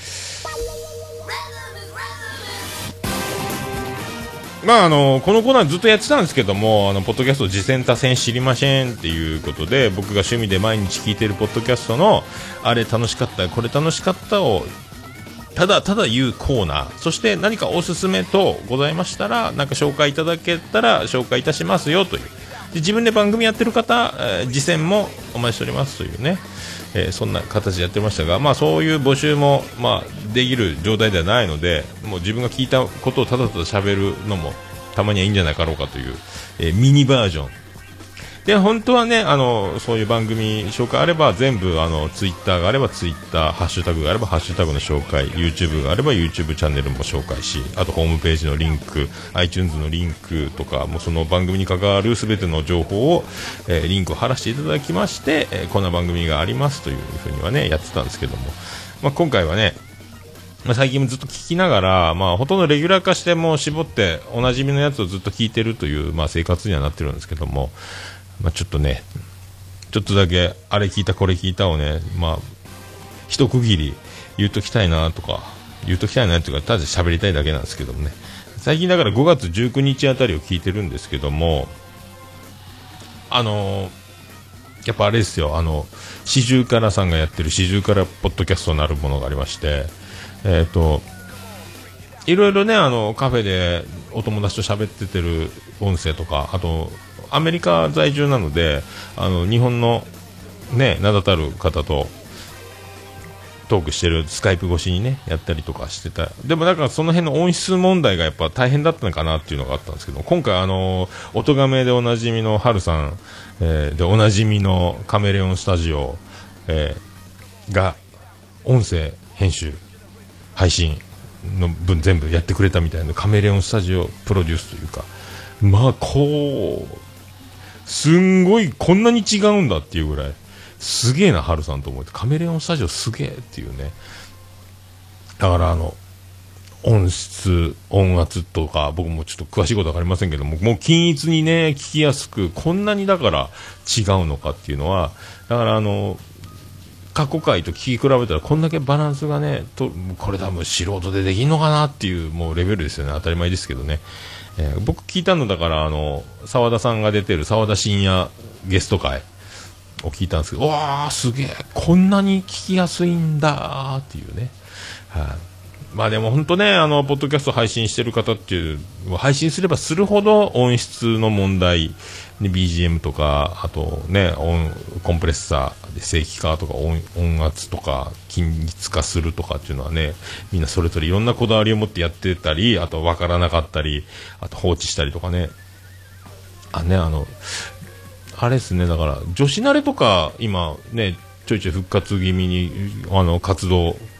まあ、あのこのコーナーずっとやってたんですけども、あのポッドキャスト次戦多戦知りませんっていうことで、僕が趣味で毎日聞いてるポッドキャストのあれ楽しかったこれ楽しかったをただただ言うコーナー、そして何かおすすめとございましたらなんか紹介いただけたら紹介いたしますよという、で自分で番組やってる方、えー、次戦もお待ちしておりますというね、えー、そんな形でやってましたが、まあ、そういう募集も、まあ、できる状態ではないので、もう自分が聞いたことをただただ喋るのもたまにはいいんじゃないかろうかという、えー、ミニバージョンで、本当はねあのそういう番組紹介あれば全部あのツイッターがあればツイッター、ハッシュタグがあればハッシュタグの紹介、 YouTube があれば YouTube チャンネルも紹介し、あとホームページのリンク iTunes のリンクとかもうその番組に関わる全ての情報を、えー、リンクを貼らせていただきまして、えー、こんな番組がありますというふうにはねやってたんですけども、まあ、今回はねまあ、最近もずっと聞きながら、まあ、ほとんどレギュラー化してもう絞っておなじみのやつをずっと聞いてるという、まあ、生活にはなってるんですけども、まあ、ちょっとねちょっとだけあれ聞いたこれ聞いたをね、まあ、一区切り言うときたいなとか言うときたいなというかただ喋りたいだけなんですけどもね、最近だからごがつじゅうくにちあたりを聞いてるんですけども、あのー、やっぱあれですよ、あの四十からさんがやってる四十からポッドキャストなるものがありまして、えーといろいろねあのカフェでお友達と喋っててる音声とか、あとアメリカ在住なのであの日本のね名だたる方とトークしてるスカイプ越しにねやったりとかしてた。でもなんかその辺の音質問題がやっぱ大変だったのかなっていうのがあったんですけど、今回あの音がめでおなじみのハルさん、えー、でおなじみのカメレオンスタジオ、えー、が音声編集配信の分全部やってくれたみたいなカメレオンスタジオプロデュースというか、まあこうすんごいこんなに違うんだっていうぐらいすげえなハルさんと思って、カメレオンスタジオすげえっていうね。だからあの音質音圧とか僕もちょっと詳しいことは分かりませんけども、もう均一にね聞きやすく、こんなにだから違うのかっていうのは、だからあの過去回と聞き比べたらこんだけバランスがねと、これ多分素人でできんのかなっていうもうレベルですよね。当たり前ですけどね、えー、僕聞いたのだからあの澤田さんが出てる澤田深夜ゲスト会を聞いたんですけど、わーすげえこんなに聞きやすいんだっていうね、はい、あ、まあでも本当ねあのポッドキャスト配信してる方っていう配信すればするほど音質の問題で ビージーエム とかあとね音コンプレッサーで正規化とか 音, 音圧とか均一化するとかっていうのはねみんなそれぞれいろんなこだわりを持ってやってたり、あと分からなかったり、あと放置したりとかね、あねあのあれですね、だから女子慣れとか今ねちょいちょい復活気味にあの活動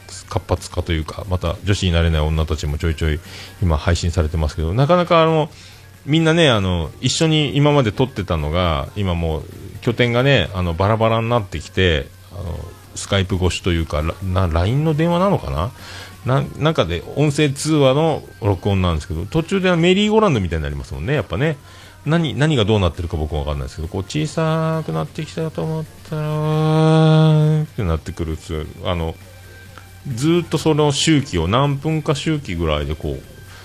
活発化というか、また女子になれない女たちもちょいちょい今配信されてますけど、なかなかあのみんなね、あの一緒に今まで撮ってたのが今もう拠点がね、あのバラバラになってきて、あのスカイプ越しというかな ライン の電話なのかな、ななんかで音声通話の録音なんですけど、途中でメリーゴーランドみたいになりますもんね、やっぱね。何, 何がどうなってるか僕も分かんないですけど、こう小さくなってきたと思ったらってなってくる、あのずーっとその周期を何分か周期ぐらいでこう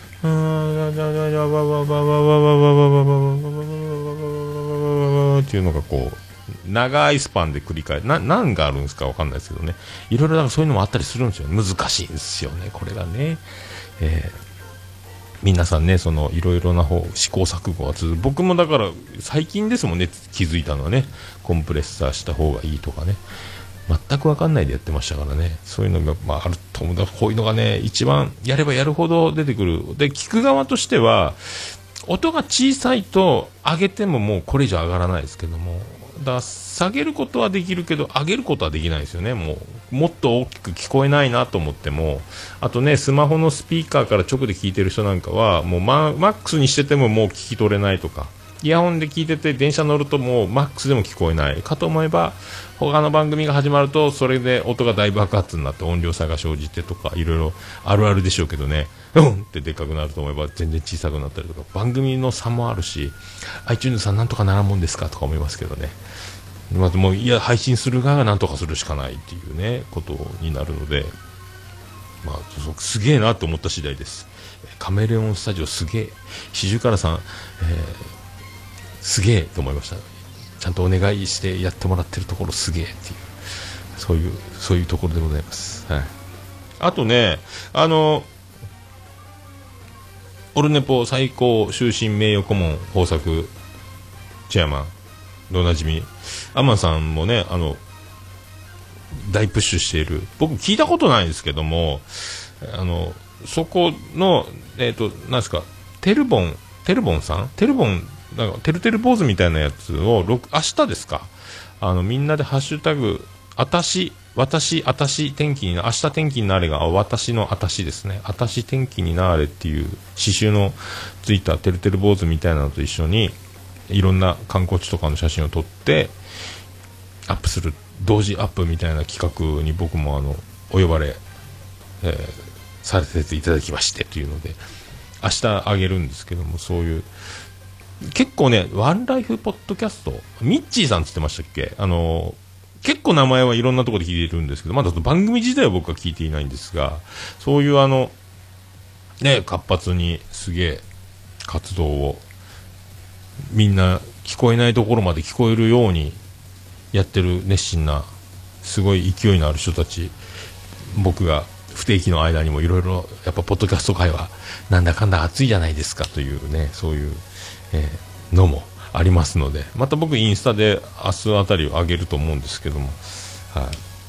っていうのがこう長いスパンで繰り返す、な何があるんですか分かんないですけどね、いろいろなんかそういうのもあったりするんですよ。難しいんですよね、これがね。えー皆さんね、そのいろいろな方試行錯誤は続く。僕もだから最近ですもんね、気づいたのはね、コンプレッサーした方がいいとかね、全く分かんないでやってましたからね。そういうのが、まあ、あると思う。だからこういうのがね、一番やればやるほど出てくる。で、聞く側としては音が小さいと上げてももうこれ以上上がらないですけども、だから下げることはできるけど上げることはできないですよね。もうもっと大きく聞こえないなと思っても、あとね、スマホのスピーカーから直で聞いてる人なんかはもう マ, マックスにしててももう聞き取れないとか、イヤホンで聞いてて電車乗るともうマックスでも聞こえないかと思えば、他の番組が始まるとそれで音が大爆発になって音量差が生じてとか、いろいろあるあるでしょうけどね、うんってでかくなると思えば全然小さくなったりとか、番組の差もあるし、 iTunes さんなんとかならんもんですかとか思いますけどね。まずもういや配信する側がなんとかするしかないっていうねことになるので、まあ、すげえなと思った次第です。カメレオンスタジオすげえ、シジュカラさん、えー、すげえと思いました。ちゃんとお願いしてやってもらってるところすげえっていう、そういうそういうところでございます。はい、あとね、あのオルネポ最高終身名誉顧問豊作チェアマンでおなじみアマンさんもね、あの大プッシュしている、僕聞いたことないんですけども、あのそこのえっ、ー、となんですか、テルボンテルボンさんテルボンなんかてるてる坊主みたいなやつを明日ですか、あのみんなでハッシュタグあたし私あたし天気にな明日天気になれが私のあたしですね、あたし天気になれっていう刺繍のついたてるてる坊主みたいなのと一緒にいろんな観光地とかの写真を撮ってアップする同時アップみたいな企画に僕もあのお呼ばれ、えー、させていただきましてというので明日あげるんですけども、そういう結構ね、ワンライフポッドキャストミッチーさんって言ってましたっけ、あの結構名前はいろんなところで聞いてるんですけど、まだ番組自体は僕は聞いていないんですが、そういうあのね活発にすげえ活動をみんな聞こえないところまで聞こえるようにやってる熱心なすごい勢いのある人たち、僕が不定期の間にもいろいろやっぱポッドキャスト界はなんだかんだ熱いじゃないですかというね、そういう、えー、のもありますので、また僕インスタで明日あたりを上げると思うんですけども、はい、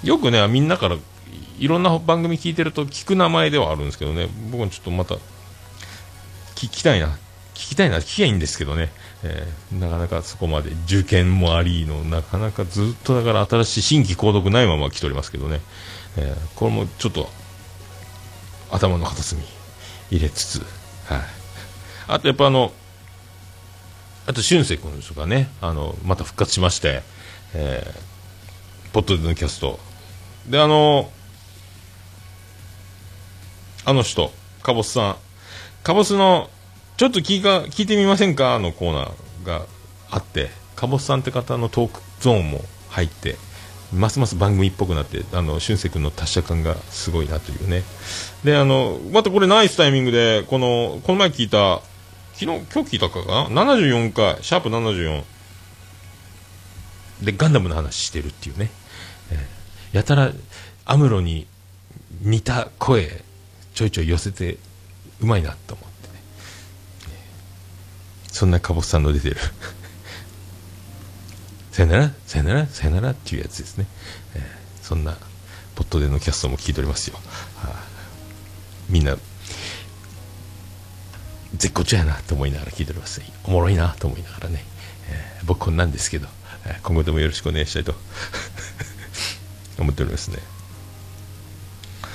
よくねみんなからいろんな番組聞いてると聞く名前ではあるんですけどね、僕もちょっとまた聞きたいな聞きたいな聞きゃいいんですけどね、えー、なかなかそこまで受験もありの、なかなかずっとだから新しい新規購読ないまま来ておりますけどね、えー、これもちょっと頭の片隅入れつつ、はい、あとやっぱあのあと俊介君とかね、あのまた復活しまして、えー、ポッドでのキャストで、あのあの人カボスさん、カボスのちょっと聞いか聞いてみませんかのコーナーがあって、カボスさんって方のトークゾーンも入ってますます番組っぽくなって、あの俊介君の達者感がすごいなというね。で、あのまたこれナイスタイミングでこのこの前聞いた昨日今日聞いたかなななじゅうよんかいシャープななじゅうよんでガンダムの話してるっていうね、えー、やたらアムロに似た声ちょいちょい寄せてうまいなと思ってね、えー、そんなカボスさんの出てるさよならさよならさよならっていうやつですね、えー、そんなポッドでのキャストも聞いておりますよ、はあ、みんな絶好調やなと思いながら聞いております。おもろいなと思いながらね、えー、僕こんなんですけど、えー、今後ともよろしくお願いしたいと思っておりますね。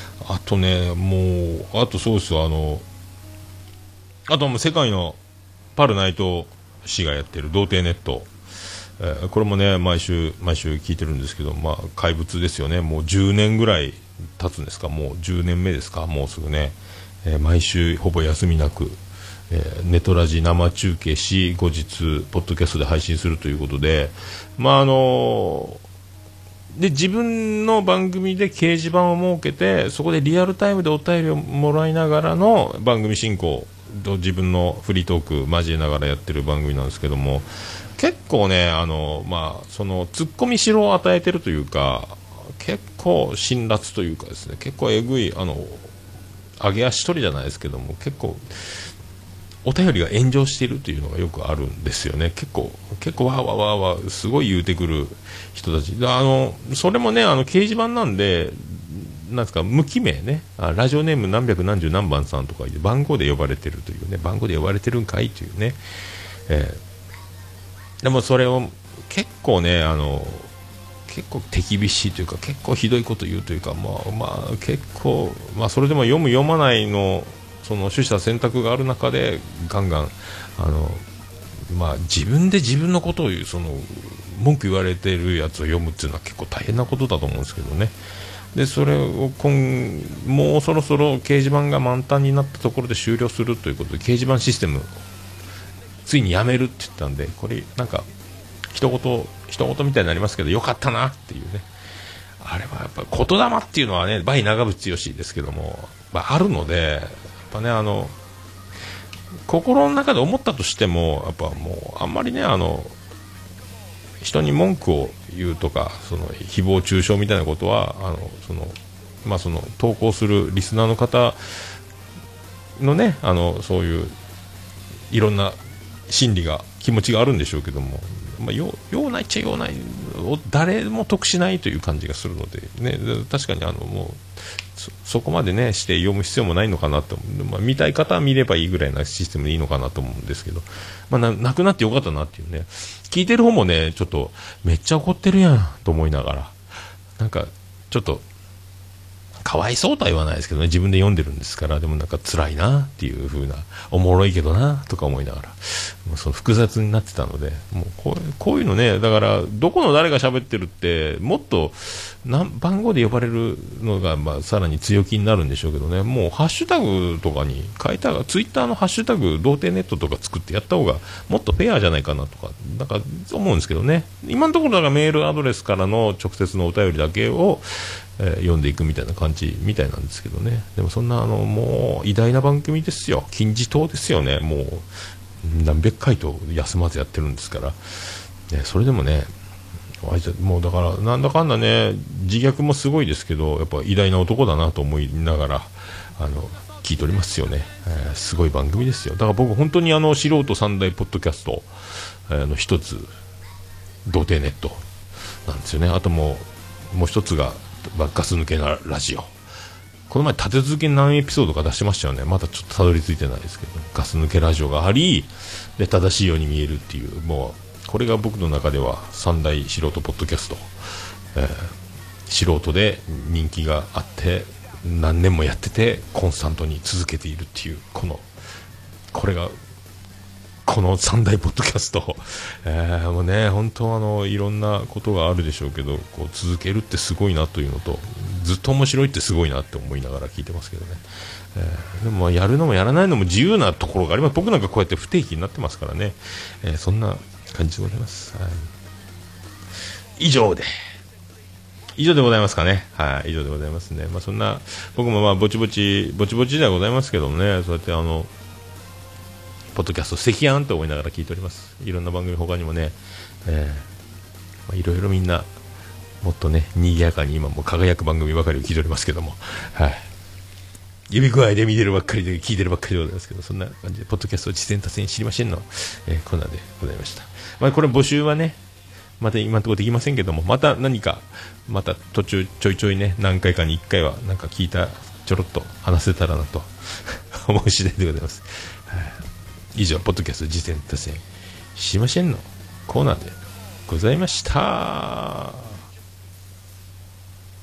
とね、もうあとそうですよ、あのあとはもう世界のパルナイト氏がやってる童貞ネット、えー、これもね毎週毎週聞いてるんですけど、まあ怪物ですよね。もうじゅうねんぐらい経つんですか、もうじゅうねんめですか、もうすぐね、えー、毎週ほぼ休みなく、えー、ネトラジ生中継し、後日ポッドキャストで配信するということで、まああのーで自分の番組で掲示板を設けて、そこでリアルタイムでお便りをもらいながらの番組進行と自分のフリートーク交えながらやってる番組なんですけども、結構ね、あの、まあ、そのツッコミしろを与えてるというか、結構辛辣というかですね、結構えぐい、あの上げ足取りじゃないですけども、結構お便りが炎上しているというのがよくあるんですよね。結構結構わーわーわーわーすごい言うてくる人たち、あのそれもね、あの掲示板なんで、なんですか、無記名ね、あラジオネーム何百何十何番さんとか番号で呼ばれてるというね、番号で呼ばれてるんかいというね、えー、でもそれを結構ね、あの結構手厳しいというか、結構ひどいこと言うというか、まあまあ結構、まあそれでも読む読まないのその取捨選択がある中でガンガン、あの、まあ、自分で自分のことを言う、その文句言われてるやつを読むっていうのは結構大変なことだと思うんですけどね。でそれを今もうそろそろ掲示板が満タンになったところで終了するということで、掲示板システムついにやめるって言ったんで、これなんか一言一言みたいになりますけど、よかったなっていうね。あれはやっぱり言霊っていうのはね、バイ長渕剛ですけども、まあ、あるので、やっぱね、あの心の中で思ったとしても、やっぱもうあんまりね、あの人に文句を言うとか、その誹謗中傷みたいなことは、あのそのまあその投稿するリスナーの方のね、あのそういういろんな心理が気持ちがあるんでしょうけども、まあ、ようないっちゃようない、誰も得しないという感じがするので、ね、確かにあのもう そ, そこまで、ね、して読む必要もないのかなと、まあ、見たい方は見ればいいぐらいなシステムでいいのかなと思うんですけど、まあ、な, なくなってよかったなっていうね、聞いてる方もね、ちょっとめっちゃ怒ってるやんと思いながら、なんかちょっとかわいそうとは言わないですけどね、自分で読んでるんですから、でもなんか辛いなっていう風な、おもろいけどなとか思いながら、もうその複雑になってたので、もうこう、こういうのね、だからどこの誰が喋ってるってもっとなん番号で呼ばれるのが、まあさらに強気になるんでしょうけどね、もうハッシュタグとかに書いたら、ツイッターのハッシュタグ童貞ネットとか作ってやった方がもっとフェアじゃないかなとか、なんか思うんですけどね。今のところだからメールアドレスからの直接のお便りだけをえー、読んでいくみたいな感じみたいなんですけどね。でもそんなあのもう偉大な番組ですよ、金字塔ですよね。もう何百回と休まずやってるんですから、ね、それでもね、もうだからなんだかんだね、自虐もすごいですけど、やっぱ偉大な男だなと思いながらあの聞いておりますよね、えー、すごい番組ですよ。だから僕本当にあの素人三大ポッドキャスト、えー、の一つ童貞ネットなんですよね。あともうもう一つがガス抜けなラジオ、この前立て続けに何エピソードか出してましたよね。まだちょっとたどり着いてないですけど、ガス抜けラジオがありで正しいように見えるっていう、もうこれが僕の中では三大素人ポッドキャスト、えー、素人で人気があって何年もやっててコンスタントに続けているっていう、このこれがこの三大ポッドキャスト、えー、もうね、本当あのいろんなことがあるでしょうけど、こう続けるってすごいなというのと、ずっと面白いってすごいなって思いながら聞いてますけどね、えー、でもやるのもやらないのも自由なところがあります。僕なんかこうやって不定期になってますからね、えー、そんな感じでございます、はい、以上で以上でございますかね。はい、以上でございますね。まあそんな僕もまあぼちぼちぼちぼちではございますけどもね、そうやってあのポッドキャスト素敵やんと思いながら聞いております。いろんな番組他にもね、えーまあ、いろいろみんなもっとね賑やかに今も輝く番組ばかりを聞いておりますけども、はい、指具合で見てるばっかりで聞いてるばっかりでございますけど、そんな感じでポッドキャスト実践達成知りませんの、えー、コーナーでございました。まあ、これ募集はねまた今のところできませんけども、また何かまた途中ちょいちょいね何回かにいっかいはなんか聞いたちょろっと話せたらなと思う次第でございます。はい、以上ポッドキャスト実践達成しませんのコーナーでございました。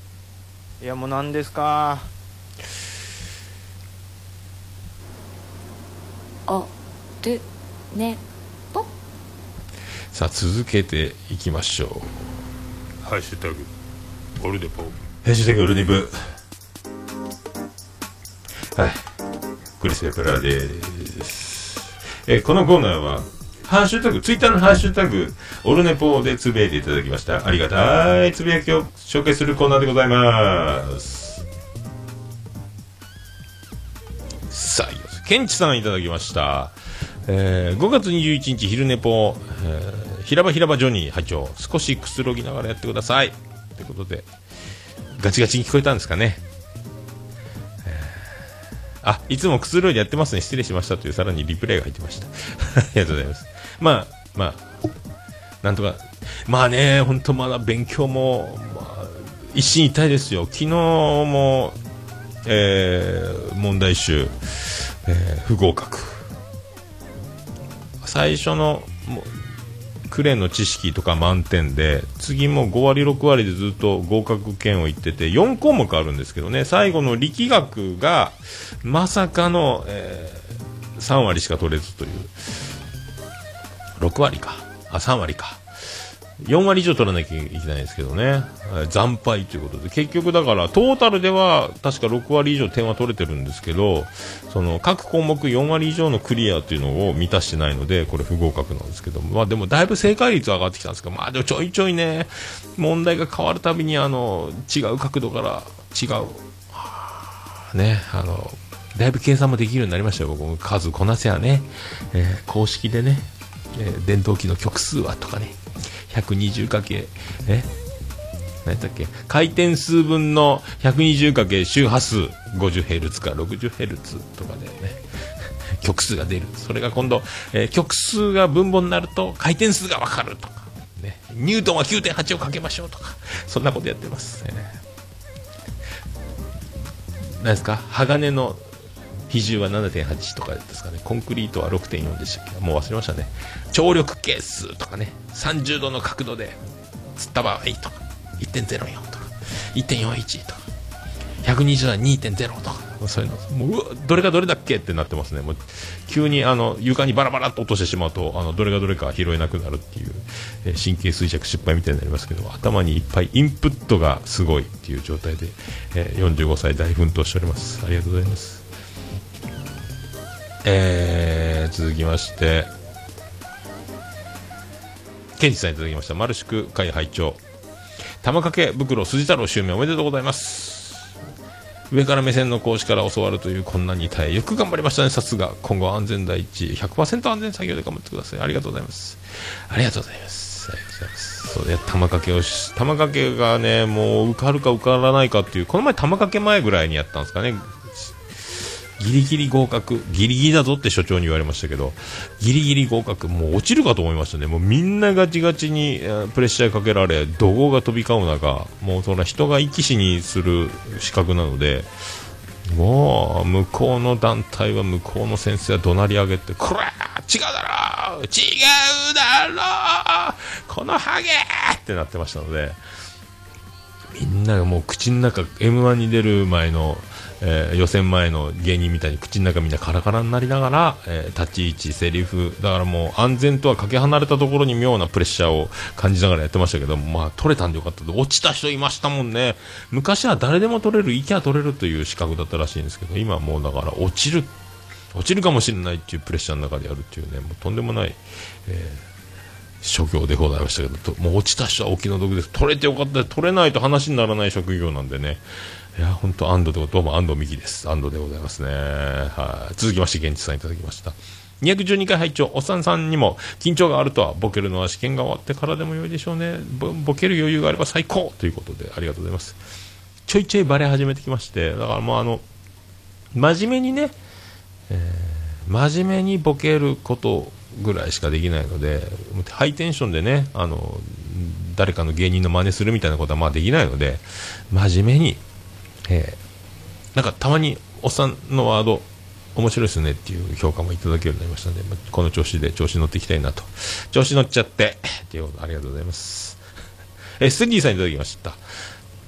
いやもう何ですか。 オルネポ。 さあ続けていきましょう。ハッシュタグオルネポ、ハッシュタグオルネポ。はい、クリス・ペプラーです。えこのコーナーはハッシュタグ、ツイッターのハッシュタグオルネポでつぶやいていただきましたありがたいつぶやきを紹介するコーナーでございます。さあ、ケンチさんいただきました。えー、ごがつにじゅういちにち昼ネポ、えー、平場平場ジョニー拝聴、少しくつろぎながらやってくださいということで、ガチガチに聞こえたんですかね。あ、いつもくつろいでやってますね、失礼しましたというさらにリプレイが入ってましたありがとうございます。まあまあなんとか、まあね、本当まだ勉強も、まあ、一進一退ですよ。昨日も、えー、問題集、えー、不合格。最初のクレーンの知識とか満点で、次もごわりろくわりでずっと合格圏を言ってて、よんこうもくあるんですけどね、最後の力学がまさかの、えー、さんわりしか取れずという、ろくわりか、あ、さんわりか、よんわり以上取らなきゃいけないんですけどね、惨敗ということで、結局だからトータルでは確かろくわり以上点は取れてるんですけど、その各項目よんわり以上のクリアというのを満たしてないので、これ不合格なんですけど、まあでもだいぶ正解率上がってきたんですけど、まあでもちょいちょいね、問題が変わるたびにあの違う角度から違う、はあ、ね、あのだいぶ計算もできるようになりましたよ。僕も数こなせやね、えー、公式でね、えー、電動機の極数はとかね、ひゃくにじゅうかける、え何だっけ、回転数分の ひゃくにじゅうかける 周波数 ごじゅうヘルツ か ろくじゅうヘルツ とかでね極数が出る。それが今度、えー、極数が分母になると回転数が分かるとか、ね、ニュートンは きゅうてんはち をかけましょうとか、そんなことやってます、えー、何ですか、鋼の比重は ななてんはち とかですかね。コンクリートは ろくてんよん でしたっけ、もう忘れましたね。張力係数とかね、さんじゅうどの角度で釣った場合とか いってんぜろよん とか いってんよんいち とかひゃくにじゅうは にてんぜろ とか、そういうのもう、うわどれがどれだっけってなってますね。もう急にあの床にバラバラっと落としてしまうと、あのどれがどれか拾えなくなるっていう、えー、神経衰弱失敗みたいになりますけど、頭にいっぱいインプットがすごいっていう状態で、えー、よんじゅうごさい大奮闘しております。ありがとうございます。えー、続きましてケンジさんいただきました。丸宿会拝聴、玉掛け袋筋太郎襲名おめでとうございます。上から目線の講師から教わるという困難に耐えよく頑張りましたね。さすが。今後は安全第一 ひゃくパーセント 安全作業で頑張ってください。ありがとうございます。ありがとうございます。ありがとうございます。そうね、玉掛けをし玉掛けがね、もう受かるか受からないかっていう、この前玉掛け前ぐらいにやったんですかね。ギリギリ合格、ギリギリだぞって所長に言われましたけど、ギリギリ合格、もう落ちるかと思いましたね。もうみんなガチガチにプレッシャーかけられ、怒号が飛び交う中、もうそんな人が生き死にする資格なので、もう向こうの団体は向こうの先生は怒鳴り上げて、こら違うだろ違うだろこのハゲってなってましたので、みんながもう口の中 エムワン に出る前のえー、予選前の芸人みたいに口の中みんなカラカラになりながら、えー、立ち位置、セリフ、だからもう安全とはかけ離れたところに妙なプレッシャーを感じながらやってましたけど、まあ取れたんでよかった。落ちた人いましたもんね。昔は誰でも取れる、息は取れるという資格だったらしいんですけど、今はもうだから落ちる落ちるかもしれないっていうプレッシャーの中でやるっていうね、もうとんでもない、えー、職業でございましたけど、もう落ちた人はお気の毒です。取れてよかった。取れないと話にならない職業なんでね。いや本当安堵で、どうも安藤美希です。安堵でございますね。はい。続きまして現地さんいただきました。にひゃくじゅうにかい拝聴、おっさんさんにも緊張があるとは、ボケるのは試験が終わってからでも良いでしょうね。ボ, ボケる余裕があれば最高ということで、ありがとうございます。ちょいちょいバレ始めてきまして、だからもうあの真面目にね、えー、真面目にボケることぐらいしかできないので、ハイテンションでね、あの誰かの芸人の真似するみたいなことはまあできないので、真面目に、えー、なんかたまにおっさんのワード面白いですねっていう評価もいただけるようになりましたので、この調子で調子乗っていきたいなと。調子乗っちゃってっていうことありがとうございます。えー、ステディさんいただきました。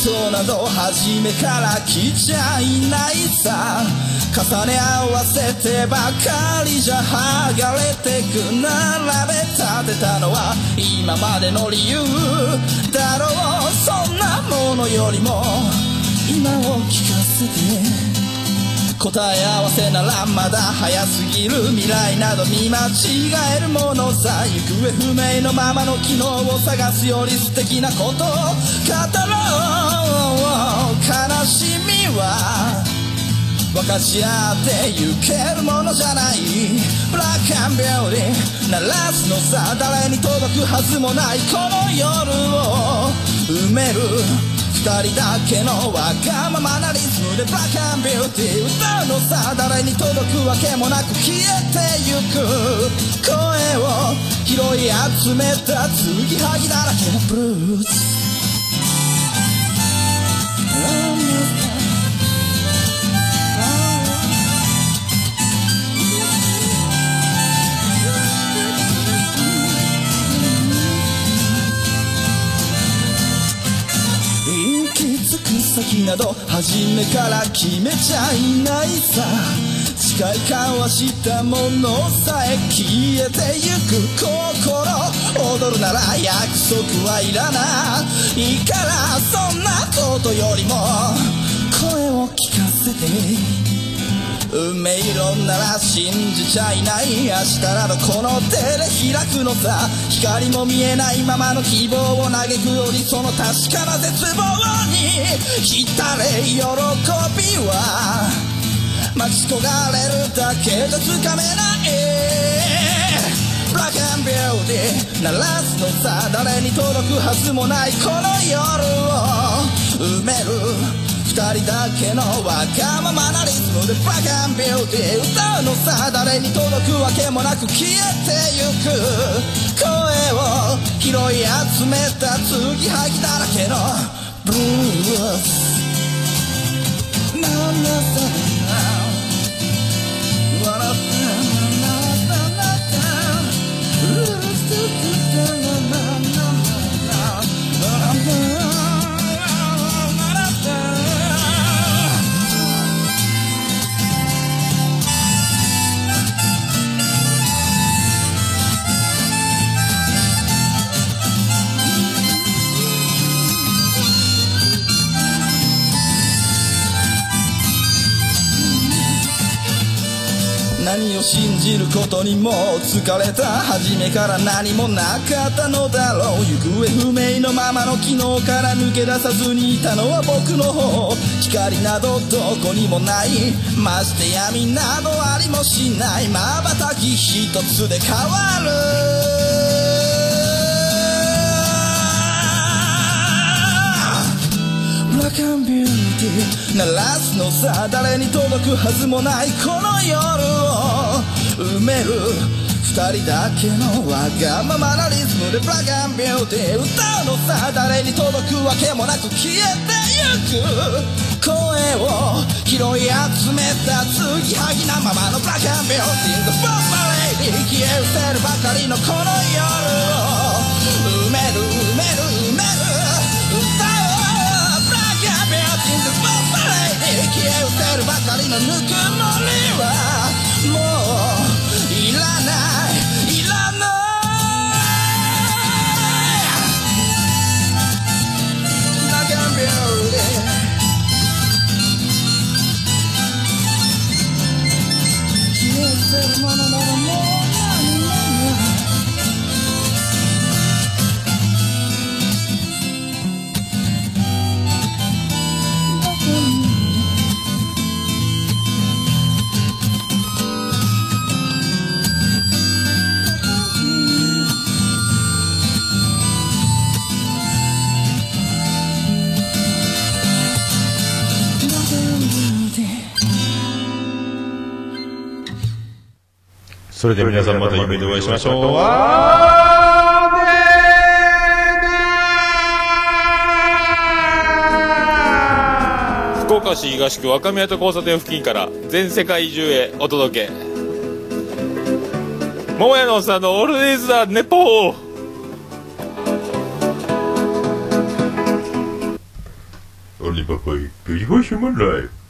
想など初めから来ちゃいないさ。重ね合わせてばかりじゃ剥がれてく。並べ立てたのは今までの理由だろう。そんなものよりも今を聞かせて。答え合わせならまだ早すぎる。未来など見間違えるものさ。行方不明のままの昨日を探すより素敵なことを語ろう。悲しみは分かち合ってゆけるものじゃない。ブラックアンビューティー鳴らすのさ。誰に届くはずもないこの夜を埋める二人だけのわがままなリズムでブラックアンビューティー歌うのさ。誰に届くわけもなく消えてゆく声を拾い集めた継ぎはぎだらけのブルース。先など初めから決めちゃいないさ。誓い交わしたものさえ消えてゆく。心踊るなら約束はいらないから。そんなことよりも声を聞かせて。運命論なら信じちゃいない。明日などこの手で開くのさ。光も見えないままの希望を嘆くよりその確かな絶望に浸れ喜びは待ち焦がれるだけじゃつかめない。ブラックアンビューティー鳴らすのさ。誰に届くはずもないこの夜を埋める二人だけのわがままなリズムでブラックアンビューティー歌うのさ。誰に届くわけもなく消えてゆく声を拾い集めた継ぎはぎだらけのブルース。ななさな笑って何を信じることにも疲れた。初めから何もなかったのだろう。行方不明のままの昨日から抜け出さずにいたのは僕の方。光などどこにもない。まして闇などありもしない。瞬き一つで変わるブラックアンビューティー鳴らすのさ。誰に届くはずもないこの夜を埋める二人だけのわがままなリズムでブラックアンビューティー歌うのさ。誰に届くわけもなく消えてゆく声を拾い集めた継ぎはぎなままのブラックアンビューティー The First Lady 消え失せるばかりのこの夜を埋める埋める埋める消え失せるばかりのぬくもりはもういらないいらないBlack and Beauty消え失せるものならもう何もそれでは皆さんまた夢でお会いしましょう。 福岡市東区若宮と交差点付近から全世界中へお届け。桃屋のおっさんのオールディーズ・ザ・ネポー。 俺ばかり、ビジホイシュマンライフ。